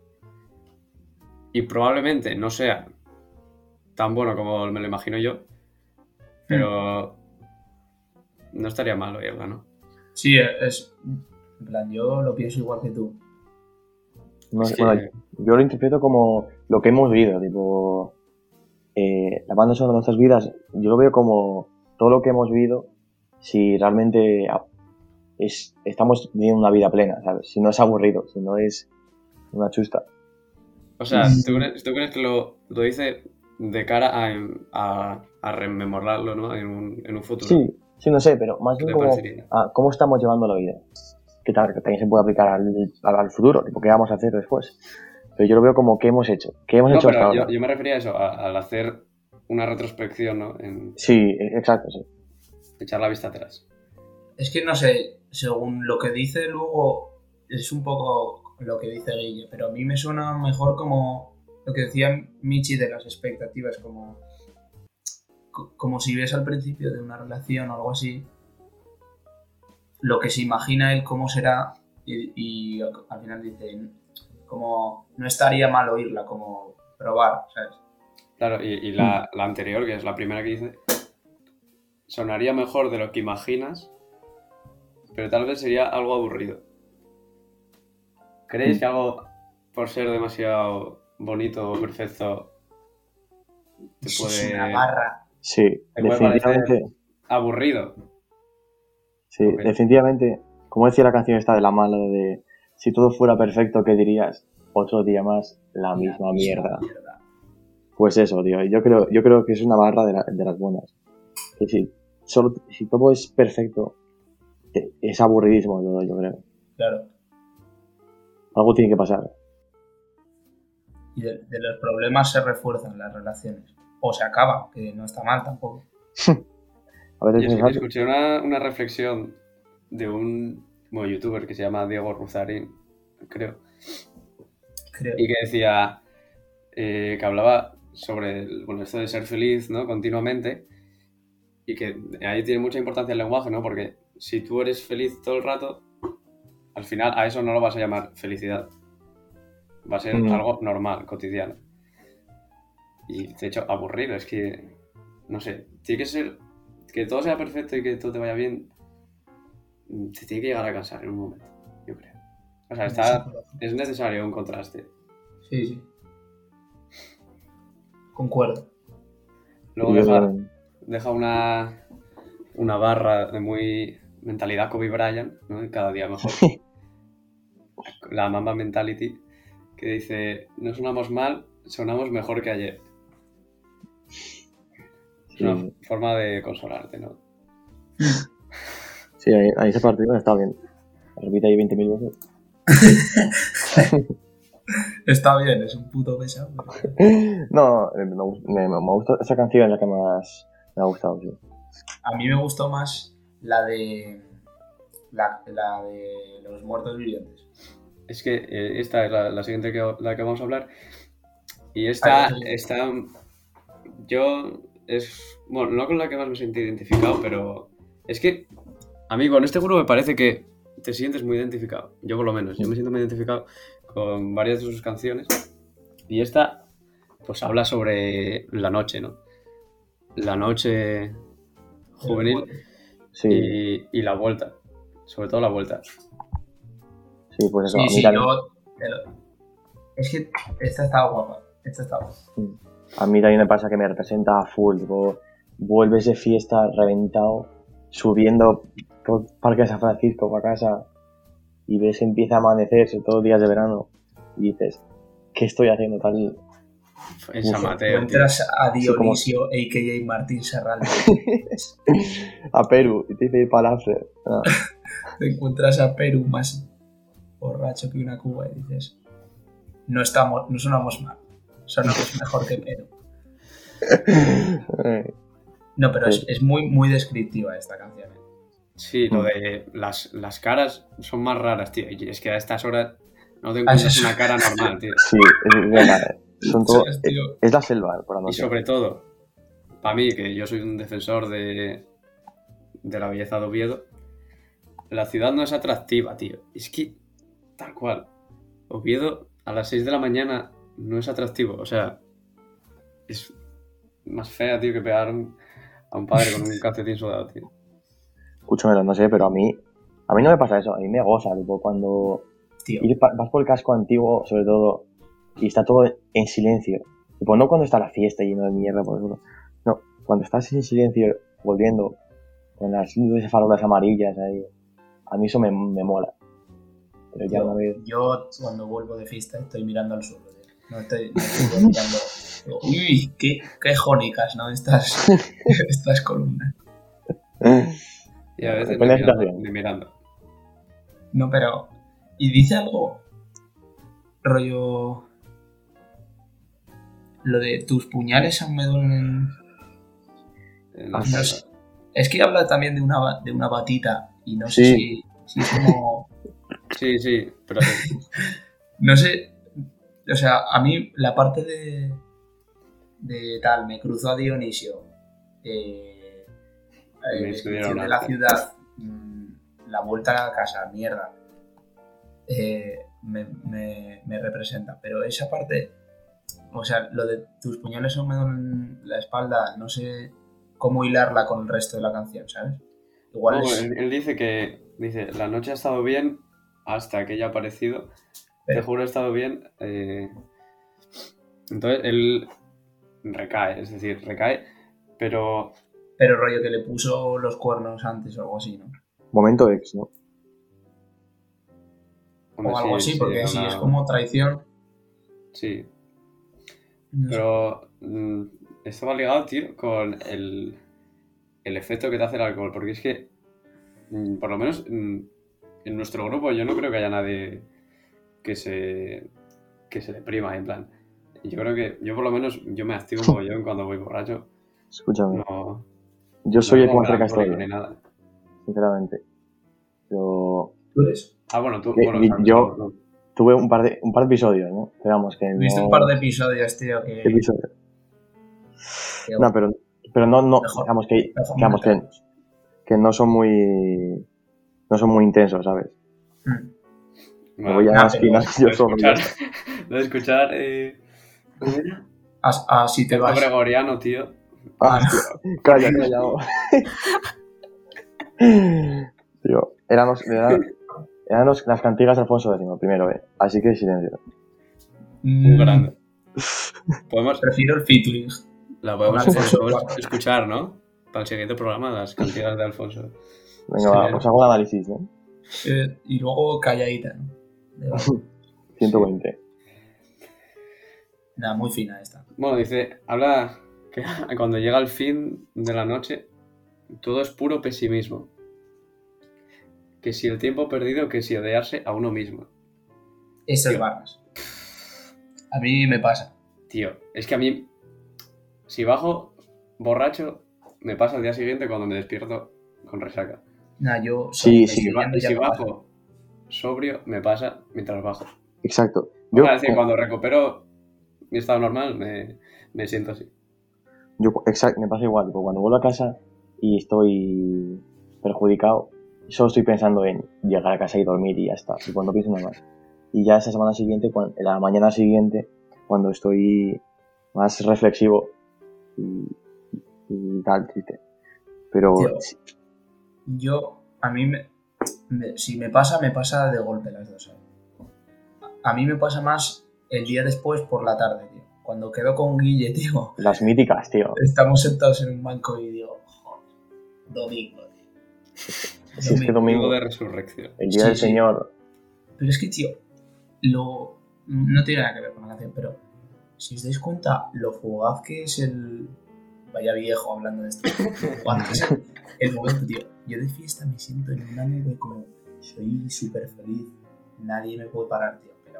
y probablemente no sea tan bueno como me lo imagino yo, pero no estaría mal oírla, ¿no? Sí, es. En plan, yo lo pienso igual que tú. No Es sé, que, bueno, yo lo interpreto como lo que hemos vivido, tipo, eh, la banda sonora de nuestras vidas, yo lo veo como todo lo que hemos vivido, si realmente a- es, estamos viviendo una vida plena, ¿sabes? Si no es aburrido, si no es una chusta. o sea, ¿tú crees, tú crees que lo, lo dice de cara a, a, a rememorarlo, ¿no? En un, en un futuro. Sí, sí, no sé, pero más ¿Qué bien te como parecería? a cómo estamos llevando la vida. Que, tal- que también se puede aplicar al, al, al futuro, tipo, qué vamos a hacer después. Pero yo lo veo como qué hemos hecho, qué hemos No, hecho hasta pero ahora. yo, yo me refería a eso, a- al hacer una retrospección, ¿no? En Sí, exacto, sí. echar la vista atrás. Es que no sé, según lo que dice luego, es un poco lo que dice Guille, pero a mí me suena mejor como lo que decía Michi de las expectativas, como, co- como si ves al principio de una relación o algo así, lo que se imagina él cómo será y, y al final dice, como no estaría mal oírla, como probar, ¿sabes? Claro, y, y la, la anterior, que es la primera que dice, sonaría mejor de lo que imaginas, pero tal vez sería algo aburrido. ¿Creéis Mm. que algo, por ser demasiado bonito o perfecto, te Eso es una puede, barra. Sí, te puede definitivamente, parecer aburrido? sí, Ok. definitivamente, como decía la canción esta de La Mala, de si todo fuera perfecto, ¿qué dirías? Otro día más, la La misma misma mierda. mierda. Pues eso, tío, yo creo, yo creo que es una barra de, la- de las buenas. Que si, solo, si todo es perfecto, te- es aburridísimo todo, yo creo. Claro. Algo tiene que pasar. Y de, de los problemas se refuerzan las relaciones. O se acaban, que no está mal tampoco. A veces Yo es- pensar, escuché una, una reflexión de un bueno, youtuber que se llama Diego Ruzarín, creo, Creo. y que decía eh, que hablaba sobre el- bueno, esto de ser feliz, ¿no? Continuamente, y que ahí tiene mucha importancia el lenguaje, ¿no? Porque si tú eres feliz todo el rato, al final a eso no lo vas a llamar felicidad. Va a ser Mm. algo normal, cotidiano. Y de hecho, aburrido, es que, no sé, tiene que ser, que todo sea perfecto y que todo te vaya bien, te tiene que llegar a cansar en un momento, yo creo. O sea, está, es necesario un contraste. Sí, sí. Concuerdo. Luego yo deja, también. deja una, una barra de muy mentalidad Kobe Bryant, ¿no? Y cada día mejor. La Mamba Mentality, que dice, no sonamos mal, sonamos mejor que ayer. Es una Sí, forma de consolarte, ¿no? sí, ahí, ahí ese partido está bien. Repite ahí veinte mil veces. Está bien, es un puto pesado. pero- No, eh, me, gust- me, me gusta esa canción, es la que más me ha gustado, sí. A mí me gustó más la de. La, la de los muertos vivientes. Es que eh, esta es la, la siguiente que, la que vamos a hablar. Y esta, Ah, yo te- esta, yo es, bueno, no con la que más me sentí identificado, pero es que a mí con este grupo me parece que te sientes muy identificado. Yo por lo menos, yo me siento muy identificado con varias de sus canciones. Y esta, pues habla sobre la noche, ¿no? La noche juvenil Sí, y, y la vuelta. Sobre todo la vuelta. sí, pues eso. Sí, a mí sí, también, yo... te lo- Es que esta estaba guapa. Esta estaba guapa. a mí también me pasa que me representa a full. Tipo, vuelves de fiesta reventado, subiendo por Parque de San Francisco para casa y ves que empieza a amanecer, sobre todo días de verano, y dices, ¿qué estoy haciendo tal? En Uf, San Mateo, tío. Encuentras a Sí, como- Dionisio, a k a. Martín Serrano. A Perú, y te dice ir para el after. Ah, Te encuentras a Perú más borracho que una cuba y dices, no estamos, no sonamos mal, sonamos mejor que Perú. eh, No, pero es, Sí. es muy, muy descriptiva esta canción. ¿eh? Sí, lo Mm. de las, las caras son más raras, tío. Y es que a estas horas no te A encuentras esas una cara normal, tío. Sí, es verdad. Son todo, ¿Sabes, tío? es la selva por la Y noche. sobre todo, para mí, que yo soy un defensor de, de la belleza de Oviedo, la ciudad no es atractiva, tío. Es que, tal cual, Oviedo a las seis de la mañana no es atractivo. O sea, es más fea, tío, que pegar un- a un padre con un calcetín sudado, tío. Escúchame, no sé, pero a mí, a mí no me pasa eso. A mí me goza, tipo, cuando Tío, ir pa- vas por el casco antiguo, sobre todo, y está todo en silencio. Tipo, no cuando está la fiesta lleno de mierda, por ejemplo. No, cuando estás en silencio, volviendo, con las luces de farolas amarillas ahí, a mí eso me, me mola. Pero ya tío, una vez... yo cuando vuelvo de fiesta estoy mirando al suelo. Tío. No estoy, no estoy mirando. Digo, uy, qué, qué jónicas, ¿no? Estas, estas columnas. Y a veces Depende ni de la mirando, situación. ni mirando. No, pero. Y dice algo. Rollo. Lo de tus puñales aún me duelen. En Ah, la sí. No espalda. sé. Es que habla también de una, ba- de una batita. Y no sé Sí. si, si es como. Sí, sí, pero No sé. O sea, a mí la parte de. De tal, me cruzó a Dionisio. Eh, Me eh, estuvieron descripción de la hasta. ciudad. mm, La vuelta a casa, mierda. eh, me, me- me representa. Pero esa parte, o sea, lo de tus puñales aún me duelen la espalda, no sé cómo hilarla con el resto de la canción, ¿sabes? Igual No, es... él, él dice que dice, la noche ha estado bien hasta que ella ha aparecido. Te Pero- juro, ha estado bien. eh, Entonces él recae, es decir, recae, pero Pero rollo que le puso los cuernos antes o algo así, ¿no? Momento ex, ¿no? hombre, O algo sí, así, sí, porque era si una- es como traición... sí. no sé. Pero mm, esto va ligado, tío, con el, el efecto que te hace el alcohol, porque es que, mm, por lo menos mm, en nuestro grupo, yo no creo que haya nadie que se, que se deprima, en plan. Yo creo que, yo por lo menos, yo me activo un mogollón cuando voy borracho. Escúchame. No, Yo soy no el que me más pongo cerca estoy, melancólico ni ¿eh? nada. Sinceramente. Pero ¿Tú eres? Ah, bueno, tú, Que- bueno, que claro, yo- no, no. tuve un par de, un par de episodios, ¿no? Digamos que Tuviste no... un par de episodios, tío, que... ¿Qué episodios? que- No, pero, pero no, no, Mejor- digamos que, mejor digamos que, meterlos. que no son muy, no son muy intensos, ¿sabes? Mm. Me voy a Ah, la esquina pero yo Lo de solo. y ya escuchar, está. lo de escuchar eh, ¿cómo era? As- Así te Canto vas. gregoriano, tío. Ah, hostia, calla, calla. oh. Tío, eran, los, eran, eran los- las cantigas de Alfonso X, primero, ¿eh? Así que silencio. Un Mm, grande. Podemos, Prefiero el featuring. la podemos, Con Alfonso podemos cuatro. escuchar, ¿no? Para el siguiente programa, las cantigas de Alfonso. Venga, va, os hago un análisis, ¿no? Eh, y luego calladita, ¿no? De- ciento veinte. Nada, muy fina esta. Bueno, dice, habla que cuando llega el fin de la noche, todo es puro pesimismo. Que si el tiempo perdido, que si odiarse a uno mismo. Esas Tío. barras. A mí me pasa. Tío, es que a mí, si bajo borracho, me pasa al día siguiente cuando me despierto con resaca. Nada, yo... Sí, me sí. estoy Si, ba- viendo y ya si me pasa. bajo sobrio, me pasa mientras bajo. Exacto. Yo, Yo, es decir, cuando recupero mi estado normal, me, me siento así. yo exacto, me pasa igual. Tipo, cuando vuelvo a casa y estoy perjudicado, solo estoy pensando en llegar a casa y dormir y ya está, y cuando pienso nada más. Y ya esa semana siguiente, cuando, la mañana siguiente, cuando estoy más reflexivo y, y tal, triste. Pero Tío, yo, a mí, me, me- si me pasa, me pasa de golpe las dos. ¿eh? A mí me pasa más el día después por la tarde, tío. Cuando quedo con Guille, tío, las míticas, tío. estamos sentados en un banco y digo, joder, domingo, tío. Si es que Domingo domingo, de resurrección. el día Sí, del sí. Señor, Pero es que, tío, lo... no tiene nada que ver con la canción, pero si os dais cuenta lo fugaz que es el... Vaya viejo hablando de esto. Lo fugaz que es el, el momento, tío. Yo de fiesta me siento en una nube como soy súper feliz, nadie me puede parar, tío. Pero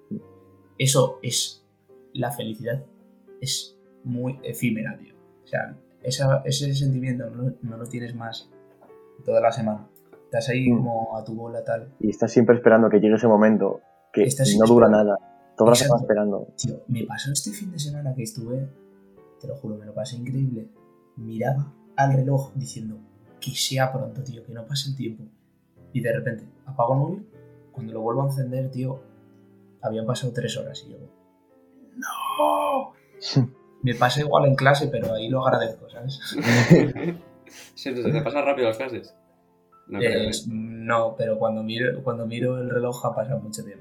eso es... La felicidad es muy efímera, tío. O sea, esa, ese sentimiento no, no lo tienes más toda la semana. Estás ahí Mm. como a tu bola, tal. y estás siempre esperando que llegue ese momento que Estás no dura esperando. nada. Toda la semana Exacto. esperando. Tío, me pasó este fin de semana que estuve, te lo juro, me lo pasé increíble. Miraba al reloj diciendo que sea pronto, tío, que no pase el tiempo. Y de repente apago el móvil, cuando lo vuelvo a encender, tío, habían pasado tres horas y yo, ¡no! Me pasa igual en clase, pero ahí lo agradezco, ¿sabes? ¿Se te, se te pasa rápido las clases? No creo. Eh, ¿eh? no, pero cuando miro, cuando miro el reloj ha pasado mucho tiempo.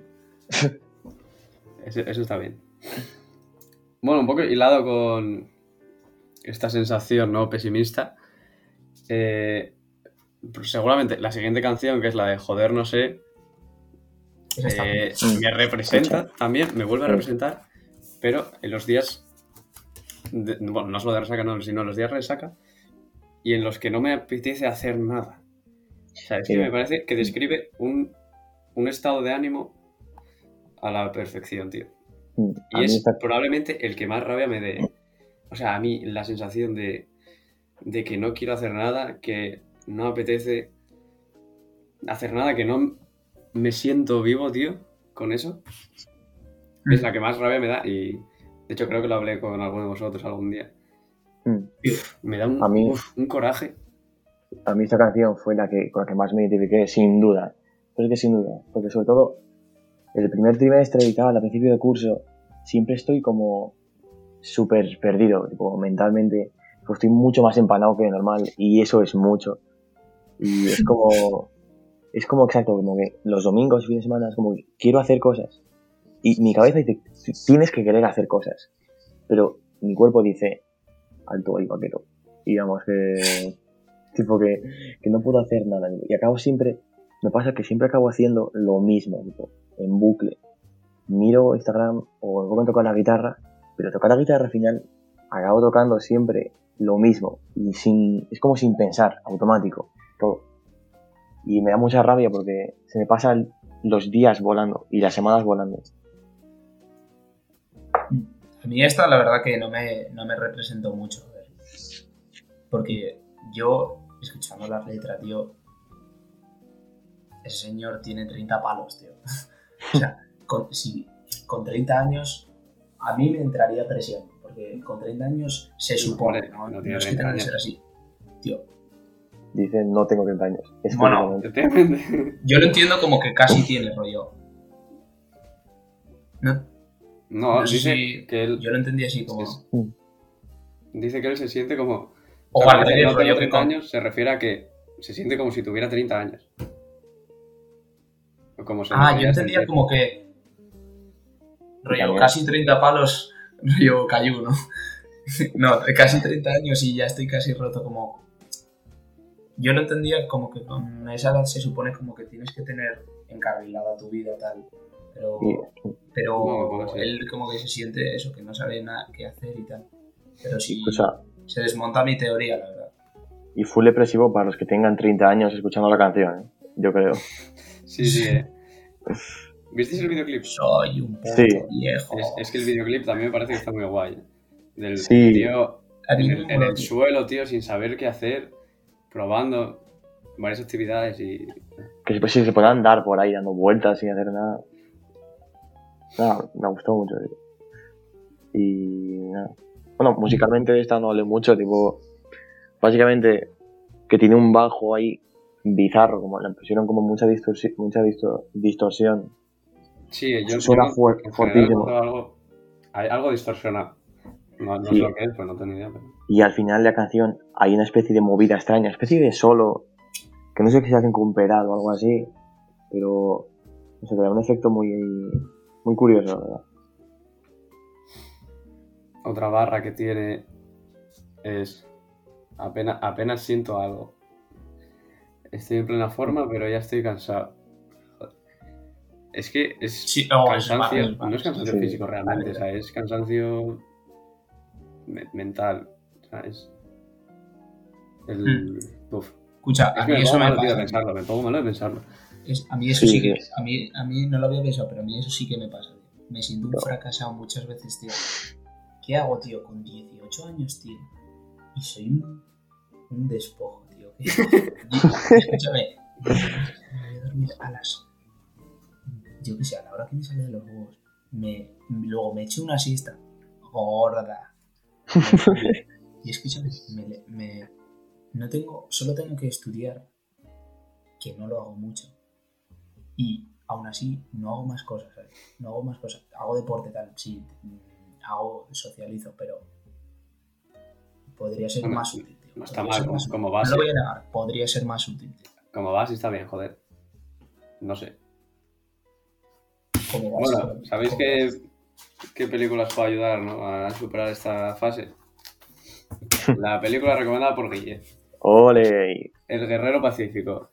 Eso, eso está bien. Bueno, un poco hilado con esta sensación, ¿no? Pesimista. Eh, pues seguramente la siguiente canción, que es la de Joder, no sé, Esa está eh, bien. me representa también, me vuelve a Sí. representar, pero en los días, de- bueno, no solo de resaca, no, sino en los días de resaca, y en los que no me apetece hacer nada. O sea, es que Sí. me parece que describe un, un estado de ánimo a la perfección, tío. Mm, a Y mí es está- probablemente el que más rabia me dé. O sea, a mí la sensación de, de que no quiero hacer nada, que no me apetece hacer nada, que no me siento vivo, tío, con eso, es la que más rabia me da. Y de hecho creo que lo hablé con alguno de vosotros algún día. mm, Me da un, A mí- uf, un coraje. a mí esta canción fue la que, con la que más me identifiqué, sin duda. Pero es que sin duda, porque sobre todo el primer trimestre y tal, al principio de curso, siempre estoy como súper perdido, tipo, mentalmente, pues estoy mucho más empanado que de normal y eso es mucho. Y es como, es como exacto, como que los domingos y fines de semana es como que quiero hacer cosas. Y mi cabeza dice, tienes que querer hacer cosas. Pero mi cuerpo dice, alto ahí, vaquero. Y vamos, que, tipo que, que no puedo hacer nada. Y acabo siempre, me pasa que siempre acabo haciendo lo mismo, tipo, en bucle. Miro Instagram o me pongo a tocar la guitarra, pero tocar la guitarra al final acabo tocando siempre lo mismo. Y sin, es como sin pensar, automático, todo. Y me da mucha rabia porque se me pasan los días volando y las semanas volando. A mí esta la verdad que no me, no me representó mucho, a ver. Porque yo, escuchando las letras, tío, ese señor tiene treinta palos, tío. O sea, con, si, con treinta años a mí me entraría presión, porque con treinta años se supone, Hombre, ¿no? no No, tiene es que treinta tenga que años. ser así. Tío, Dicen, no tengo treinta años. Es Bueno. Efectivamente. yo lo entiendo como que casi tiene rollo. No, No, no sé dice si- que él yo lo entendí así como... es- dice que él se siente como... O sea, al cuando dice, revés, no tengo rollo que treinta con- años, se refiere a que se siente como si tuviera treinta años. O como se Ah, yo debería entendía sentir. como que... Rollo, También. casi treinta palos, rollo cayú, ¿no? No, casi treinta años y ya estoy casi roto como... Yo lo entendía como que con esa edad se supone como que tienes que tener encarrilada tu vida tal, pero, Y- pero No, puede ser. él como que se siente eso, que no sabe nada qué hacer y tal. Pero sí, O sea, se desmonta mi teoría, la verdad. y full depresivo para los que tengan treinta años escuchando la canción, ¿eh? Yo creo. Sí, sí, eh. ¿Visteis el videoclip? Soy un puto Sí. viejo. Es, es que el videoclip también me parece que está muy guay. ¿eh? Del Sí. tío A mí en no el, me en moló, el tío. suelo, tío, sin saber qué hacer, probando varias actividades y... Que después sí se puedan andar por ahí dando vueltas sin hacer nada. Nada, me gustó mucho, tío. Y nada. Bueno, musicalmente esta no hablé mucho, tipo... Básicamente que tiene un bajo ahí bizarro, como le pusieron como mucha, distorsi- mucha distor- distorsión. Sí, yo Suena yo fuer- en general fuertísimo. encuentro algo, hay algo distorsionado. No, no Sí. sé lo que es, pues no tengo ni idea. Pero... Y al final de la canción hay una especie de movida extraña, una especie de solo, que no sé si se hacen con un pedal o algo así, pero no sé, da un efecto muy, muy curioso, la verdad. Otra barra que tiene es apenas, apenas siento algo. Estoy en plena forma, pero ya estoy cansado. Joder. Es que es Sí, oh, es cansancio, vale, vale. no es cansancio Sí. físico realmente, Vale. o sea, es cansancio me- mental, ¿sabes? El... Uf. Escucha, Es a que mí me eso pongo me malo, tío, de pasa. pensarlo, me pongo malo de pensarlo. Es- a mí eso Sí, sí, que... sí. A mí, a mí no lo había pensado, pero a mí eso sí que me pasa, tío. Me siento un No. fracasado muchas veces, tío. ¿Qué hago, tío? Con dieciocho años, tío. Y soy un, un despojo, tío. ¿Qué- Escúchame. Me voy a dormir a las... Yo qué sé, a la hora que me sale de los huevos. Me, luego me echo una siesta. Gorda. Me- y escúchame, me, le- me- no tengo... Solo tengo que estudiar. Que no lo hago mucho. Y aún así no hago más cosas, ¿sabes? No hago más cosas. Hago deporte, tal, sí. mm, Hago, socializo, pero podría ser Hombre, más útil, tío. no está Podría mal, ser como- más útil. como No base. lo voy a negar, podría ser más útil, tío. Como vas y está bien, joder. No sé. Como vas, Bueno, ¿sabéis como qué, vas. qué películas puede ayudar, ¿no? A superar esta fase? La película recomendada por Guille. ¡Ole! El Guerrero Pacífico.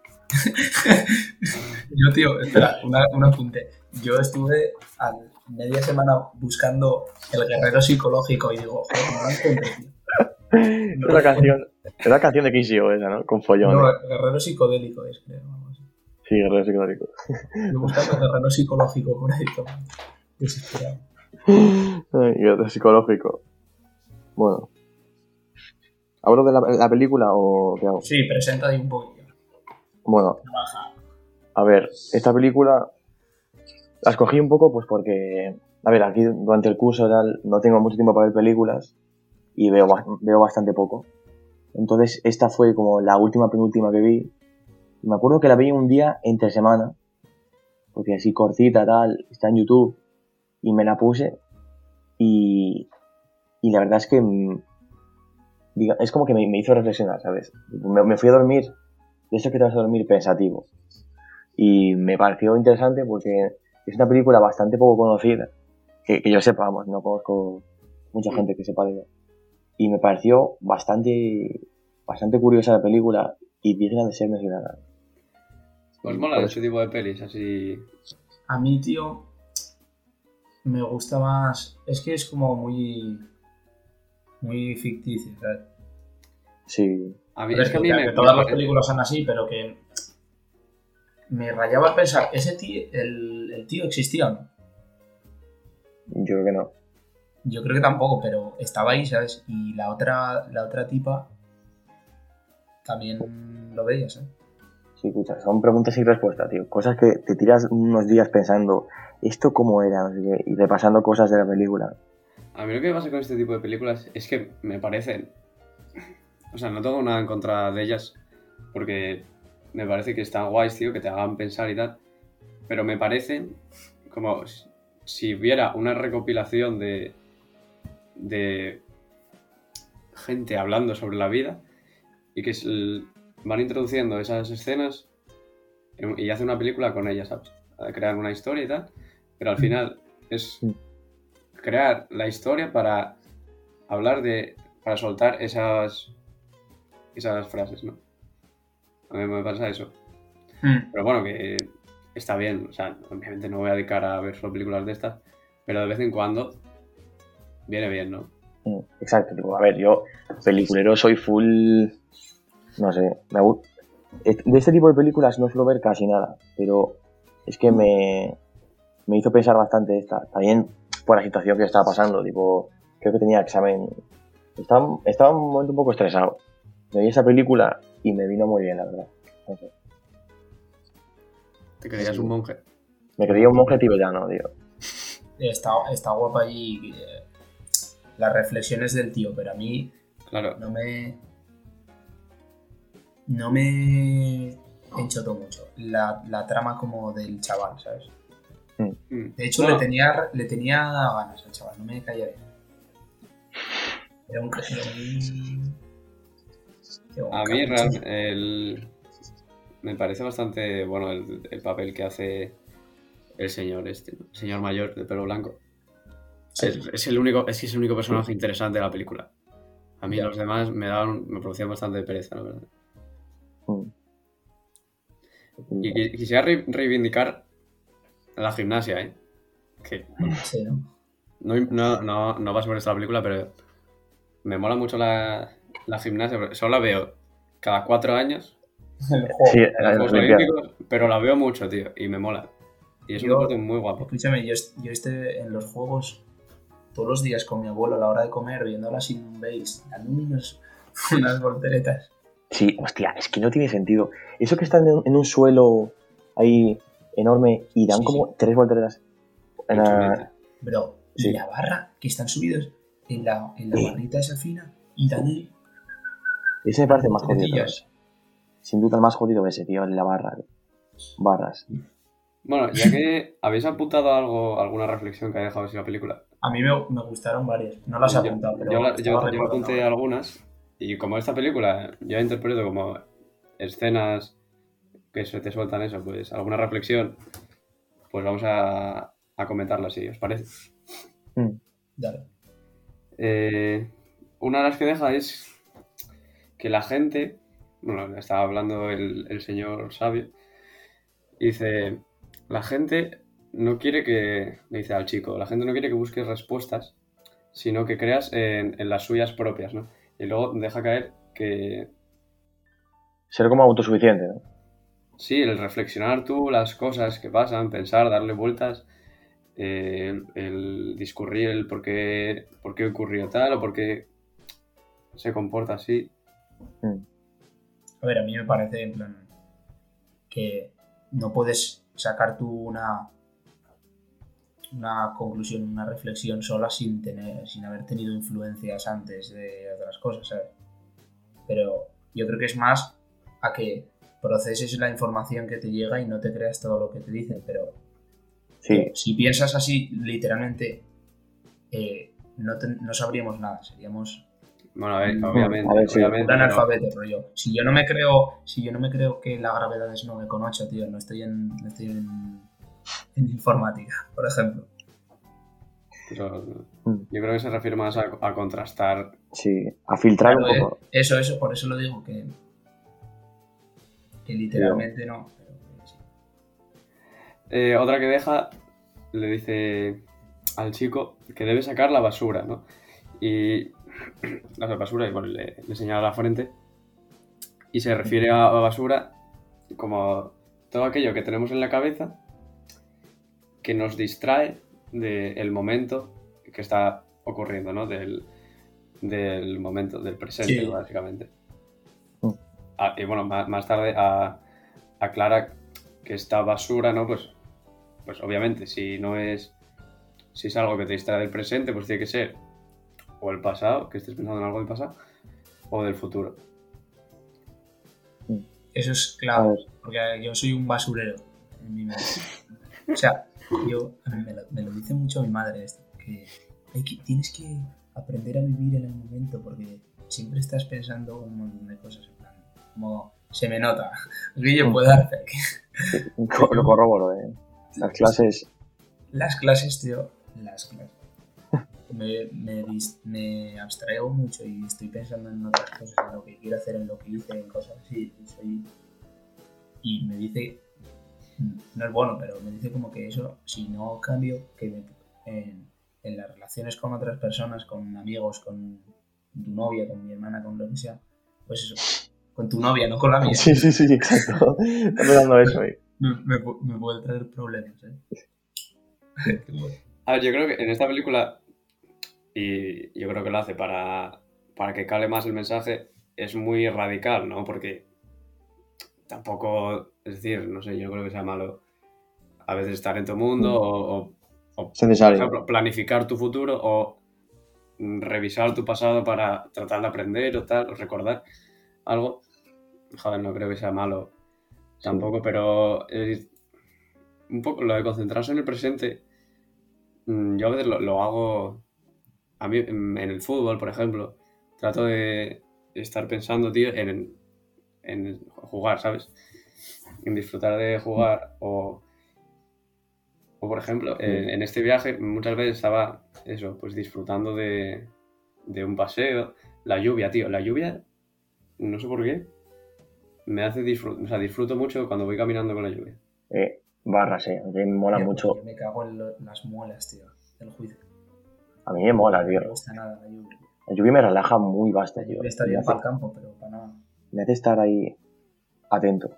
Yo, tío, espera, una, un apunte. Yo estuve a media semana buscando el guerrero psicológico y digo, joder, no lo encuentro, tío. Es No la lo canción, es la canción de Kishio esa, ¿no? Con follones. No, el guerrero psicodélico es, creo. Vamos. Sí, guerrero psicológico. Yo buscando el guerrero psicológico por ahí, todo. Desesperado. Ay, guerrero psicológico. Bueno. ¿Hablo de la, la película o qué hago? Sí, presenta ahí un poquillo. Bueno, Baja. a ver, esta película la escogí un poco pues porque, a ver, aquí durante el curso tal, no tengo mucho tiempo para ver películas y veo, ba- veo bastante poco. Entonces esta fue como la última penúltima que vi. Y me acuerdo que la vi un día entre semana, porque así cortita tal, está en YouTube, y me la puse y, y la verdad es que mm, diga, es como que me, me hizo reflexionar, ¿sabes? Me, me fui a dormir, de eso que te vas a dormir pensativo. Y me pareció interesante porque es una película bastante poco conocida, que, que yo sepa, vamos, no conozco mucha gente que sepa de ella. Y me pareció bastante bastante curiosa la película y digna de ser mencionada. Pues Y mola por este tipo de pelis, así... A mí, tío, me gusta más. Es que es como muy. Muy ficticio, ¿sabes? Sí, A mí, Pero es que a mí que, me... que me todas las parece- películas son así, pero que. Me rayaba pensar, ¿ese tío, el, el tío existía o no? yo creo que no. Yo creo que tampoco, pero estaba ahí, ¿sabes? Y la otra, la otra tipa también lo veía, ¿sabes? Sí, escucha, son preguntas sin respuesta, tío. Cosas que te tiras unos días pensando, ¿esto cómo era? No sé qué, y repasando cosas de la película. A mí lo que me pasa con este tipo de películas es que me parecen... O sea, no tengo nada en contra de ellas, porque me parece que están guays, tío, que te hagan pensar y tal. Pero me parecen como si- si hubiera una recopilación de... de gente hablando sobre la vida y que s- van introduciendo esas escenas en- y hacen una película con ellas, ¿sabes? A crear una historia y tal, pero al final es crear la historia para hablar de, para soltar esas esas frases, ¿no? A mí me pasa eso. Mm. Pero bueno, que está bien, o sea, obviamente no voy a dedicar a ver solo películas de estas, pero de vez en cuando viene bien, ¿no? Mm, exacto, tipo, a ver, yo peliculero soy full, no sé, me gu- et- de este tipo de películas no suelo ver casi nada, pero es que me, me hizo pensar bastante esta, también por la situación que estaba pasando, tipo, creo que tenía examen, estaba, estaba en un momento un poco estresado, me vi esa película y me vino muy bien, la verdad. No sé, Te creías Sí. un monje. me creía un monje tibetano, tío. Está, está guapa allí eh, las reflexiones del tío, pero a mí Claro, no me. no me enchotó mucho la, la trama como del chaval, ¿sabes? Mm. De hecho, Bueno, le tenía le tenía ganas al chaval, no me caía bien. Era un... Era un... era un a mí capuchino. realmente el... me parece bastante bueno el, el papel que hace el señor este, ¿no? El señor mayor de pelo blanco. Sí. Es, es el único, es que es el único personaje interesante de la película. A mí Ya. los demás me daban, me producían bastante pereza, la verdad. Mm. Y qui- quisiera re- reivindicar la gimnasia, ¿eh? Que bueno, Sí, ¿no? no, no, no, no va sobre esta película, pero me mola mucho la, la gimnasia. Porque solo la veo cada cuatro años El juego. Sí, en en los las Juegos Olimpiadas. Olímpicos, pero la veo mucho, tío, y me mola. Y es un Yo- deporte muy guapo. Escúchame, yo, est- yo esté en los juegos todos los días con mi abuelo a la hora de comer, viendo la Simon Base, dando unos, unas volteretas. Sí, hostia, es que no tiene sentido. Eso que están en, en un suelo ahí enorme y dan Sí, como tres volteretas. En la- Chulete. Bro, Sí. y la barra, que están subidos en la, en la Sí. barrita esa fina, y dan el... Ese me parece más jodido. Volteretillas. ¿no? Sin duda el más jodido ese, tío, en la barra. Barras. Bueno, ya que habéis apuntado algo, alguna reflexión que haya dejado así la película. A mí me, me gustaron varias. No las he Yo, apuntado, pero yo, la- estaba yo- yo recordando apunté ahora. algunas y como esta película yo interpreto como escenas que se te sueltan eso, pues alguna reflexión, pues vamos a, a comentarla si os parece. Mm. Dale. Eh, una de las que deja es que la gente, bueno, estaba hablando el, el señor sabio, y dice, la gente no quiere que, le dice al chico, la gente no quiere que busques respuestas, sino que creas en, en las suyas propias, ¿no? Y luego deja caer que Ser como autosuficiente, ¿no? sí, el reflexionar tú las cosas que pasan, pensar, darle vueltas, eh, el, el discurrir el por qué, por qué ocurrió tal o por qué se comporta así. Mm. A ver, a mí me parece en plan que no puedes sacar tú una una conclusión, una reflexión sola sin tener, sin haber tenido influencias antes de otras cosas, ¿sabes? Pero yo creo que es más a que proceses la información que te llega y no te creas todo lo que te dicen, pero Sí, si piensas así, literalmente eh, no, te- no sabríamos nada, seríamos Bueno, a ver, Mm, obviamente, a ver, sí. obviamente, un pero- analfabeto, rollo. Si yo no me creo, si yo no me creo que la gravedad es nueve coma ocho, tío, no estoy en, no estoy en, en informática, por ejemplo. pero Mm. yo creo que se refiere más a, a contrastar. sí. A filtrar Claro, un eh, poco. eso, eso, por eso lo digo que, que literalmente no. Pero que sí. Eh, otra que deja le dice al chico que debe sacar la basura, ¿no? Y la basura y bueno, le, le señala la frente y se refiere a, a basura como todo aquello que tenemos en la cabeza que nos distrae del momento que está ocurriendo, ¿no? Del, del momento, del presente, Sí. básicamente. Mm. Ah, y bueno, más, más tarde a- aclara que esta basura, ¿no? Pues, pues obviamente, si no es, si es algo que te distrae del presente, pues tiene que ser o el pasado, que estés pensando en algo del pasado, o del futuro. Eso es A clave, ver. porque yo soy un basurero en mi mente. O sea, yo, a mí me lo, me lo dice mucho mi madre esto, que, hay que tienes que aprender a vivir en el momento porque siempre estás pensando un montón de cosas, en plan, como se me nota, Guille puede hacer que Co- Lo corroboro, ¿eh? Las clases. las clases, tío, las clases. Me, me, dis- me abstraigo mucho y estoy pensando en otras cosas, en lo que quiero hacer, en lo que hice, en cosas así. Y, soy- y me dice, no es bueno, pero me dice como que eso, si no cambio, que me- en, en las relaciones con otras personas, con amigos, con tu novia, con mi hermana, con lo que sea, pues eso, con tu novia, no con la mía, Sí, sí, sí, exacto. Está pensando eso, ¿eh? me, me, pu- me puede traer problemas, ¿eh? Qué bueno. A ver, yo creo que en esta película, y yo creo que lo hace para, para que cale más el mensaje, es muy radical, ¿no? Porque tampoco, es decir, no sé, yo creo que sea malo a veces estar en tu mundo Mm. o, o- o, Es por necesario. ejemplo, planificar tu futuro o mm, revisar tu pasado para tratar de aprender o tal, o recordar algo. joder, no creo que sea malo Sí. tampoco, pero eh, un poco lo de concentrarse en el presente, mm, yo a veces lo, lo hago, a mí en, en el fútbol, por ejemplo, trato de estar pensando, tío, en, en jugar, ¿sabes? En disfrutar de jugar o, o por ejemplo, Sí. en, en este viaje muchas veces estaba, eso, pues disfrutando de, de un paseo, la lluvia, tío, la lluvia, no sé por qué, me hace disfrutar, o sea, disfruto mucho cuando voy caminando con la lluvia. Eh, barras, eh. A mí me mola Tío, pues mucho. yo me cago en lo- las muelas, tío, del juicio. A mí me mola, No tío. me gusta nada la lluvia. La lluvia me relaja muy basta, La tío. lluvia está Me bien hace, para el campo, pero para nada. me hace estar ahí atento.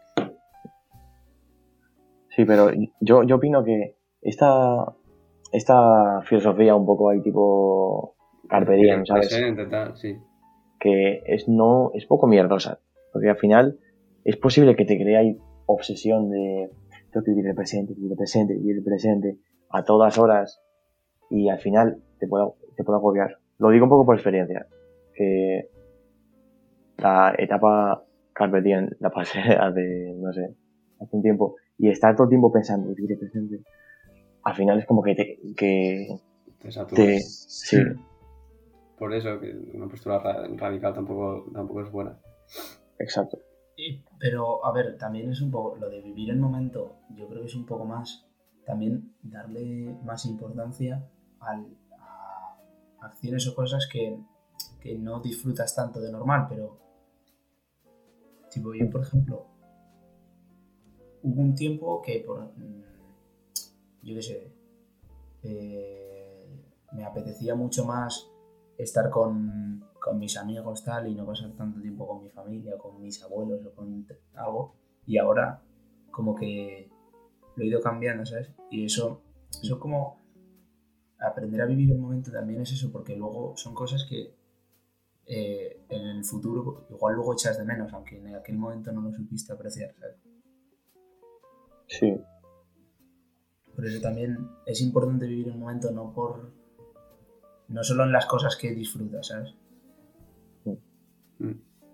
Sí, pero yo, yo opino que esta, esta filosofía un poco ahí tipo Carpe Vivir Diem, el ¿sabes? presente, tal, sí. Que es no es poco mierdosa, porque al final es posible que te cree ahí obsesión de tengo que vivir el presente, vivir el presente, vivir el presente a todas horas y al final te puedo, te puedo agobiar. Lo digo un poco por experiencia, que la etapa Carpe Diem la pasé hace, no sé, hace un tiempo y estar todo el tiempo pensando vivir el presente, al final es como que te, que Te satura. te, sí, Por eso que una postura ra- radical tampoco, tampoco es buena. exacto. Y- Pero, a ver, también es un poco lo de vivir el momento, yo creo que es un poco más también darle más importancia al- a acciones o cosas que, que no disfrutas tanto de normal, pero tipo yo, por ejemplo, hubo un tiempo que por, mm, yo qué sé, eh, me apetecía mucho más estar con, con mis amigos tal y no pasar tanto tiempo con mi familia, con mis abuelos o con t- algo. Y ahora como que lo he ido cambiando, ¿sabes? Y eso, eso es como aprender a vivir el momento también es eso, porque luego son cosas que eh, en el futuro igual luego echas de menos, aunque en aquel momento no lo supiste apreciar, ¿sabes? Sí, Por eso también es importante vivir el momento no por no solo en las cosas que disfrutas, ¿sabes? Mm.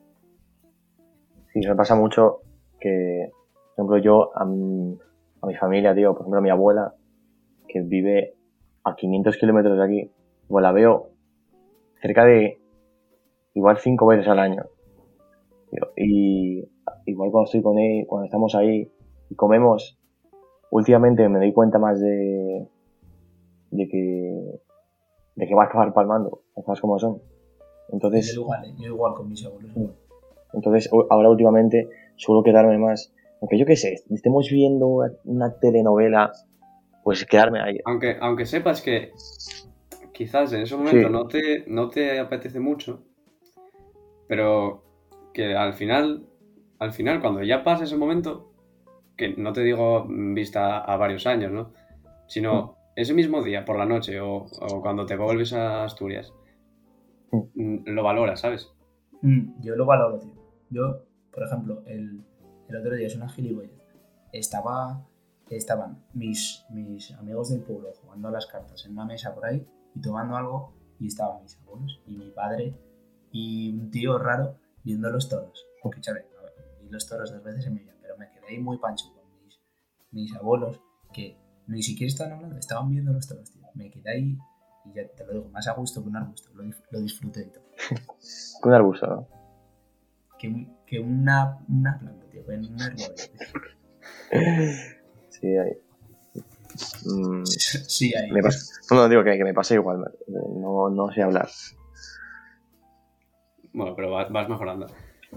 sí, me pasa mucho que, por ejemplo, yo a mi, a mi familia, tío, por ejemplo, a mi abuela, que vive a quinientos kilómetros de aquí, pues la veo cerca de igual cinco veces al año. Tío, y igual cuando estoy con él, cuando estamos ahí y comemos, últimamente me doy cuenta más de, de que, de que va a acabar palmando, las cosas como son. Yo Entonces, igual, ¿eh? Yo igual con mis abuelos. Igual. entonces u- ahora últimamente suelo quedarme más, aunque yo qué sé, estemos viendo una, una telenovela, pues quedarme ahí. Aunque, aunque sepas que quizás en ese Sí, momento no te, no te apetece mucho, pero que al final, al final, cuando ya pasa ese momento, que no te digo mm, vista a varios años, ¿no? Sino ese mismo día, por la noche, o, o cuando te vuelves a Asturias, mm, lo valoras, ¿sabes? Mm, yo lo valoro, tío. Yo, por ejemplo, el, el otro día es una gilipollez. Estaba, estaban mis, mis amigos del pueblo jugando a las cartas en una mesa por ahí y tomando algo y estaban mis abuelos y mi padre y un tío raro viendo los toros. Escúchame, a ver, vi los toros dos veces en mi vida, pero me quedé ahí muy pancho con mis, mis abuelos que ni siquiera estaban hablando, estaban viendo los toros, tío. Me quedé ahí y ya te lo digo, más a gusto que un arbusto, lo, dif- lo disfruté y todo. con un arbusto, ¿no? Que, un- que una, una planta, tío, en un árbol. Sí, ahí. Mm, Sí, ahí. me pasa, no, no, digo que, que me pasa igual, no, no sé hablar. Bueno, pero vas, vas mejorando.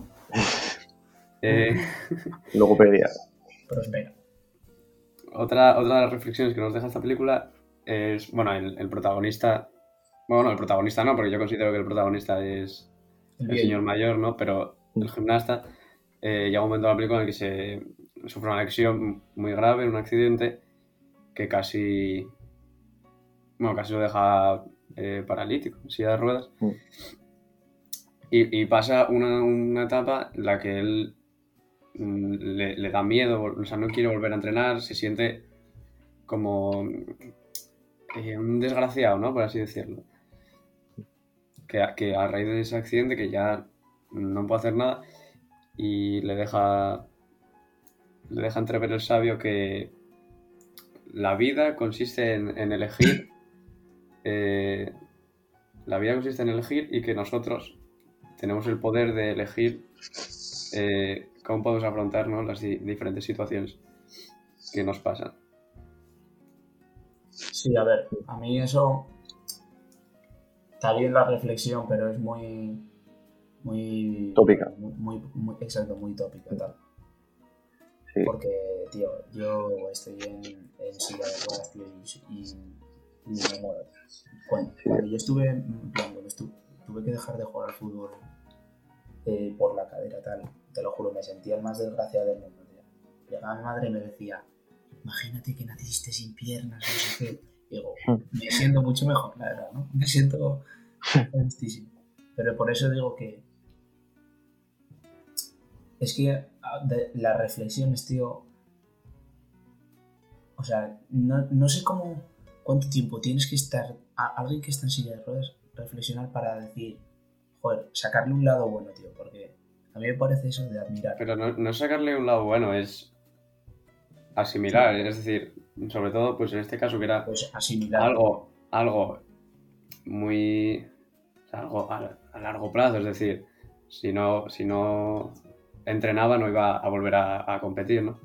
Eh, Luego perdía. Prospera. otra, otra de las reflexiones que nos deja esta película es, bueno, el, el protagonista, bueno, no, el protagonista no, porque yo considero que el protagonista es El el señor viejo. mayor, ¿no? Pero el gimnasta eh, llega un momento en la película en el que se sufre una lesión muy grave, un accidente que casi, bueno, casi lo deja eh, paralítico, en silla de ruedas. Mm. Y, y pasa una, una etapa en la que él mm, le, le da miedo, o sea, no quiere volver a entrenar, se siente como eh, un desgraciado, ¿no? Por así decirlo. Que, a- que a raíz de ese accidente, que ya no puede hacer nada, y le deja, le deja entrever el sabio que la vida consiste en, en elegir, eh, la vida consiste en elegir y que nosotros tenemos el poder de elegir eh, cómo podemos afrontar, ¿no?, las di- diferentes situaciones que nos pasan. Sí, a ver, a mí eso está bien la reflexión, pero es muy, muy Tópica. muy, muy, muy- exacto, muy tópica tal. Sí. Porque, tío, yo estoy en, en silla de ruedas, tío, y, y, y me muero. Cuando, Sí. cuando yo estuve, en plan, cuando estu- tuve que dejar de jugar al fútbol eh, por la cadera tal, te lo juro, me sentía el más desgraciado del mundo, tío. Llegaba mi madre y me decía, imagínate que naciste sin piernas, no sé qué. Digo, me siento mucho mejor, la verdad, ¿no? Me siento tristísimo. Pero por eso digo que es que a- de- las reflexiones, tío, o sea, no, no sé cómo, cuánto tiempo tienes que estar, a, alguien que está en silla de ruedas, reflexionar para decir, joder, sacarle un lado bueno, tío, porque a mí me parece eso de admirar. Pero no, no es sacarle un lado bueno, es asimilar, es decir, sobre todo, pues en este caso que era Pues asimilar. algo, algo muy, o sea, algo a, a largo plazo, es decir, si no, si no entrenaba no iba a volver a, a competir, ¿no?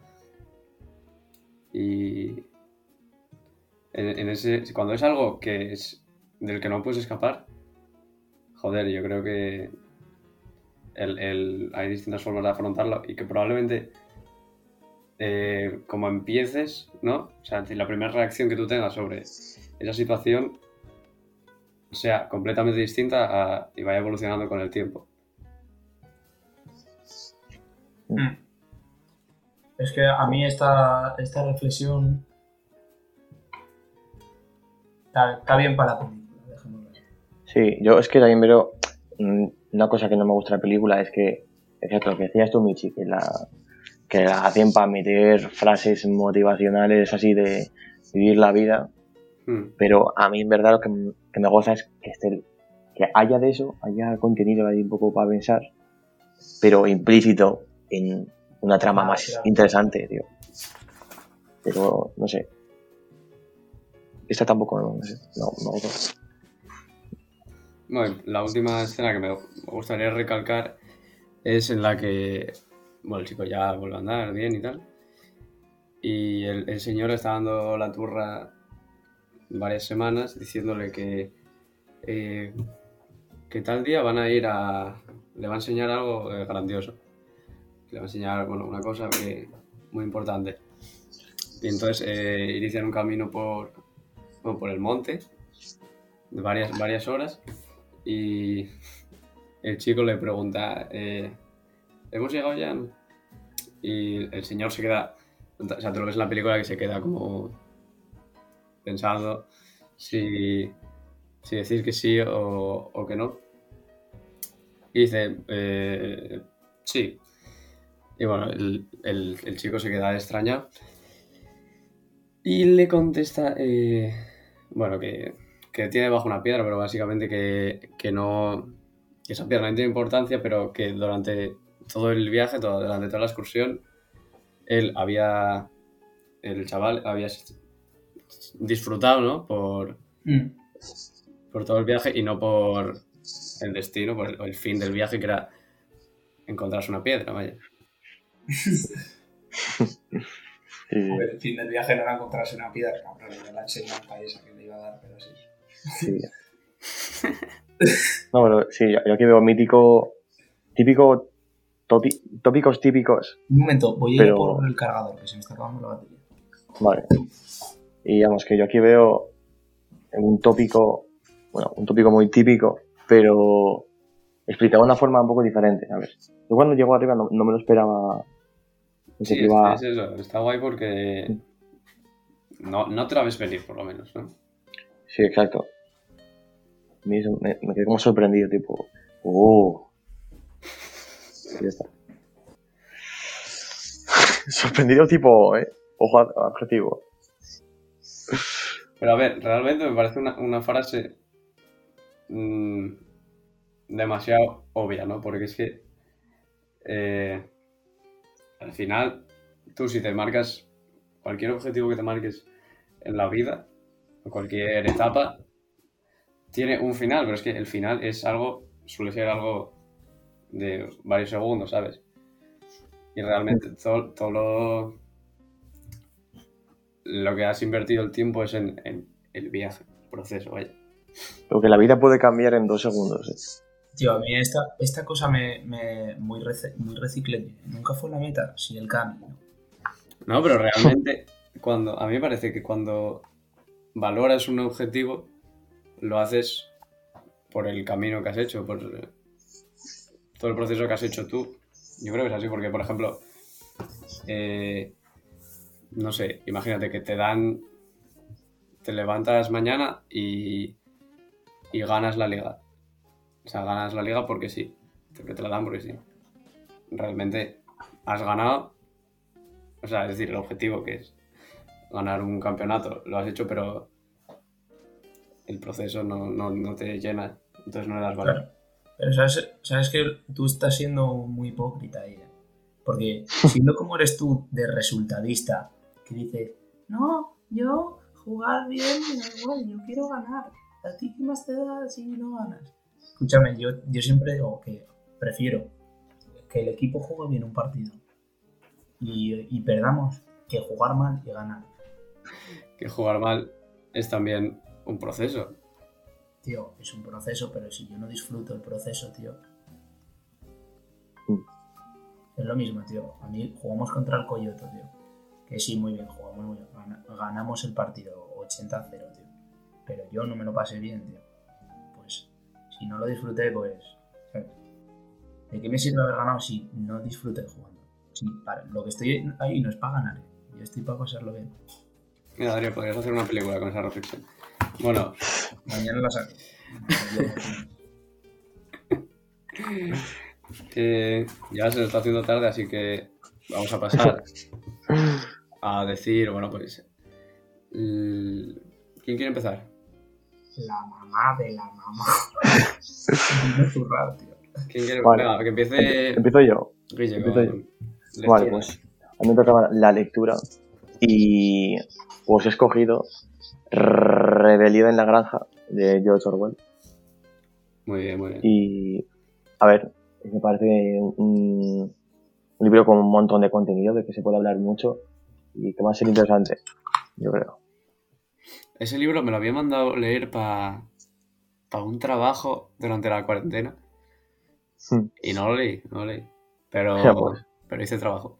Y en, en ese, cuando es algo que es del que no puedes escapar, joder, yo creo que el, el- hay distintas formas de afrontarlo y que probablemente eh, como empieces, ¿no? O sea, si la primera reacción que tú tengas sobre esa situación sea completamente distinta a- y vaya evolucionando con el tiempo. Mm. Es que a mí esta, esta reflexión está, está bien para la película, dejémoslo ahí. Sí, yo es que también veo mm, una cosa que no me gusta de la película es que, es cierto, lo que decías tú, Michi, que la, que la hacen para meter frases motivacionales así de vivir la vida, Hmm. pero a mí en verdad lo que, m- que me goza es que, esté, que haya de eso, haya contenido ahí un poco para pensar, pero implícito en una trama Claro, más claro. interesante, tío. Pero, no sé. Esta tampoco, no, no sé, no, no me gusta. Bueno, la última escena que me me gustaría recalcar es en la que, bueno, el chico ya vuelve a andar bien y tal, y el, el señor está dando la turra varias semanas diciéndole que, eh, que tal día van a ir a... le va a enseñar algo eh, grandioso. Le va a enseñar, bueno, una cosa que, muy importante. Y entonces eh, inician un camino por, bueno, por el monte de varias, varias horas y el chico le pregunta, eh, ¿hemos llegado ya? Y el señor se queda, o sea, tú lo ves en la película que se queda como pensando si, si decir que sí o, o que no. Y dice, eh, sí. Y bueno, el, el- el chico se queda extrañado y le contesta, eh, bueno, que, que tiene bajo una piedra, pero básicamente que, que no, que esa piedra no tiene importancia, pero que durante todo el viaje, todo, durante toda la excursión, él había, el chaval había disfrutado, ¿no? Por, Mm. por todo el viaje y no por el destino, por el, el fin del viaje, que era encontrarse una piedra, vaya. Sí, Joder, el fin del viaje no era encontrarse una piedra, cabrón, era la enseñanza esa que le iba a dar, pero sí. sí. No, pero sí, yo, yo aquí veo mítico, típico, topi- tópicos típicos, Un momento, voy a ir Pero- a por el cargador, que se me está acabando la batería. vale. Y digamos que yo aquí veo un tópico, bueno, un tópico muy típico, pero explicado de una forma un poco diferente, ¿sabes? Yo cuando llego arriba no, no me lo esperaba. Pensé Sí, que es, iba... es eso, está guay porque no, no te la ves venir, por lo menos, ¿no? Sí, exacto. Me, hizo- me, me quedé como sorprendido, tipo, ¡oh! Y ya está. Sorprendido, tipo, ¿eh? Ojo a- objetivo. Pero a ver, realmente me parece una, una frase mm, demasiado obvia, ¿no? Porque es que eh, al final, tú si te marcas cualquier objetivo que te marques en la vida, o cualquier etapa, tiene un final, pero es que el final es algo, suele ser algo de varios segundos, ¿sabes? Y realmente todo, todo lo, lo que has invertido el tiempo es en, en el viaje, el proceso, vaya. Lo que la vida puede cambiar en dos segundos. ¿eh? Tío, a mí esta, esta cosa me, me muy, rec, muy reciclable. Nunca fue la meta, sí el camino. No, pero realmente, cuando a mí me parece que cuando valoras un objetivo, lo haces por el camino que has hecho, por todo el proceso que has hecho tú. Yo creo que es así, porque, por ejemplo, eh, no sé, imagínate que te dan, te levantas mañana y, y ganas la liga. O sea, ganas la liga porque sí, porque te la dan porque sí. Realmente has ganado, o sea, es decir, el objetivo que es ganar un campeonato, lo has hecho, pero el proceso no, no, no te llena, entonces no le das valor. Claro. Pero sabes, sabes que tú estás siendo muy hipócrita ahí, ¿eh? Porque siendo como eres tú de resultadista, que dices, no, yo jugar bien me da igual, yo quiero ganar. ¿A ti qué más te da si no ganas? Escúchame, yo, yo siempre digo que prefiero que el equipo juegue bien un partido y, y perdamos que jugar mal y ganar. Que jugar mal es también un proceso. Tío, es un proceso, pero si yo no disfruto el proceso, tío. Mm. Es lo mismo, tío. A mí jugamos contra el Coyote, tío. Que sí, muy bien, jugamos muy bien. Ganamos el partido ochenta a cero, tío. Pero yo no me lo pasé bien, tío. Pues, si no lo disfruté, pues... ¿sabes? ¿De qué me sirve haber ganado si no disfruté jugando? Sí, para, lo que estoy ahí no es para ganar, ¿eh? Yo estoy para pasarlo bien. Mira, Darío, podrías hacer una película con esa reflexión. Bueno, mañana la saco. eh, ya se nos está haciendo tarde, así que vamos a pasar a decir, bueno, pues... ¿Quién quiere empezar? La mamá de la mamá. No zurrar, tío. ¿Quién quiere? Vale. Venga, que empiece... Empiezo yo. Guille, Empiezo con yo. lectura. Vale, pues a mí me tocaba la lectura y pues he escogido Rebelión en la Granja de George Orwell. Muy bien, muy bien. Y, a ver, me parece un, un libro con un montón de contenido de que se puede hablar mucho y que va a ser interesante, yo creo. Ese libro me lo había mandado leer para pa un trabajo durante la cuarentena Hmm. y no lo leí, no lo leí. Pero, Ya, pues. pero hice trabajo.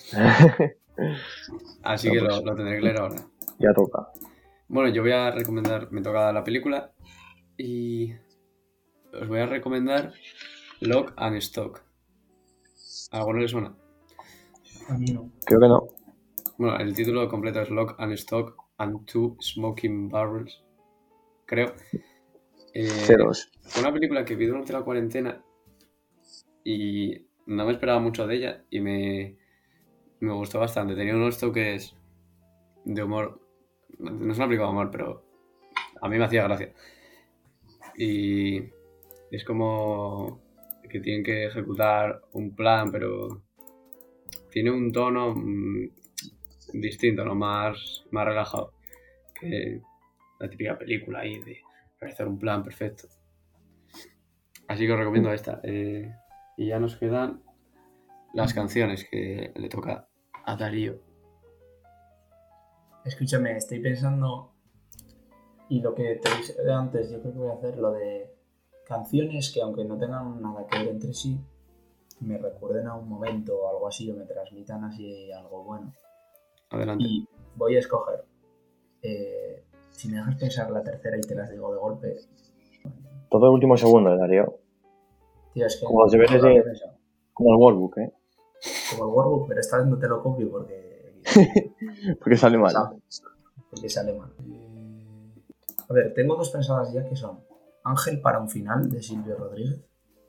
Así Ya, que pues. lo, lo tendré que leer ahora. Ya toca. Bueno, yo voy a recomendar, me toca la película y os voy a recomendar Lock and Stock. ¿A alguno le suena? A mí no. Creo que no. Bueno, el título completo es Lock and Stock and Two Smoking Barrels, creo. Eh, Ceros. fue una película que vi durante la cuarentena y no me esperaba mucho de ella y me, me gustó bastante. Tenía unos toques de humor. No es una película de humor, pero a mí me hacía gracia. Y es como que tienen que ejecutar un plan, pero tiene un tono mmm, distinto, ¿no? Más, más relajado que la típica película ahí de realizar un plan perfecto. Así que os recomiendo esta. Eh, y ya nos quedan las canciones que le toca a Darío. Escúchame, estoy pensando, y lo que te dije antes, yo creo que voy a hacer lo de canciones que aunque no tengan nada que ver entre sí, me recuerden a un momento o algo así, o me transmitan así algo bueno. Adelante. Y voy a escoger, eh, si me dejas pensar la tercera y te las digo de golpe. Todo el último segundo, Darío. Tío, es que Como los deberes de... Como el workbook, ¿eh? Como el workbook, pero esta vez no te lo copio porque... porque sale mal. Porque sale mal. A ver, tengo dos pensadas ya que son Ángel para un final de Silvio Rodríguez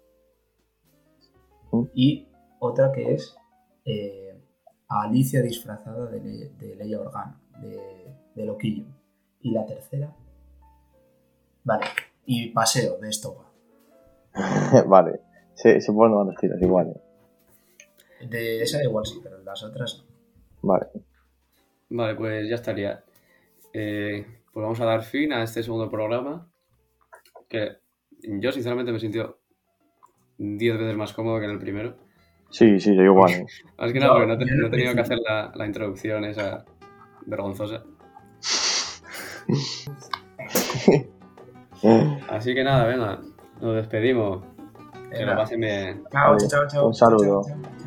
¿Mm? y otra que es eh, a Alicia disfrazada de, Le- de Leia Organa, de, de Loquillo. Y la tercera, vale, y Paseo de Estopa. Vale. Se, se ponen los estilos igual. ¿eh? De esa igual sí, pero las otras no. Vale. Vale, pues ya estaría. Eh, pues vamos a dar fin a este segundo programa. Que yo sinceramente me he sentido diez veces más cómodo que en el primero. Sí, sí, yo igual. ¿eh? Más que nada Yo- porque no, te- yo en el no he tenido que hacer principio. la, la introducción esa vergonzosa. Así que nada, venga, nos despedimos. Que lo Venga. pasen bien. Chao, Vale, chao, chao, un chao, chao, saludo. chao.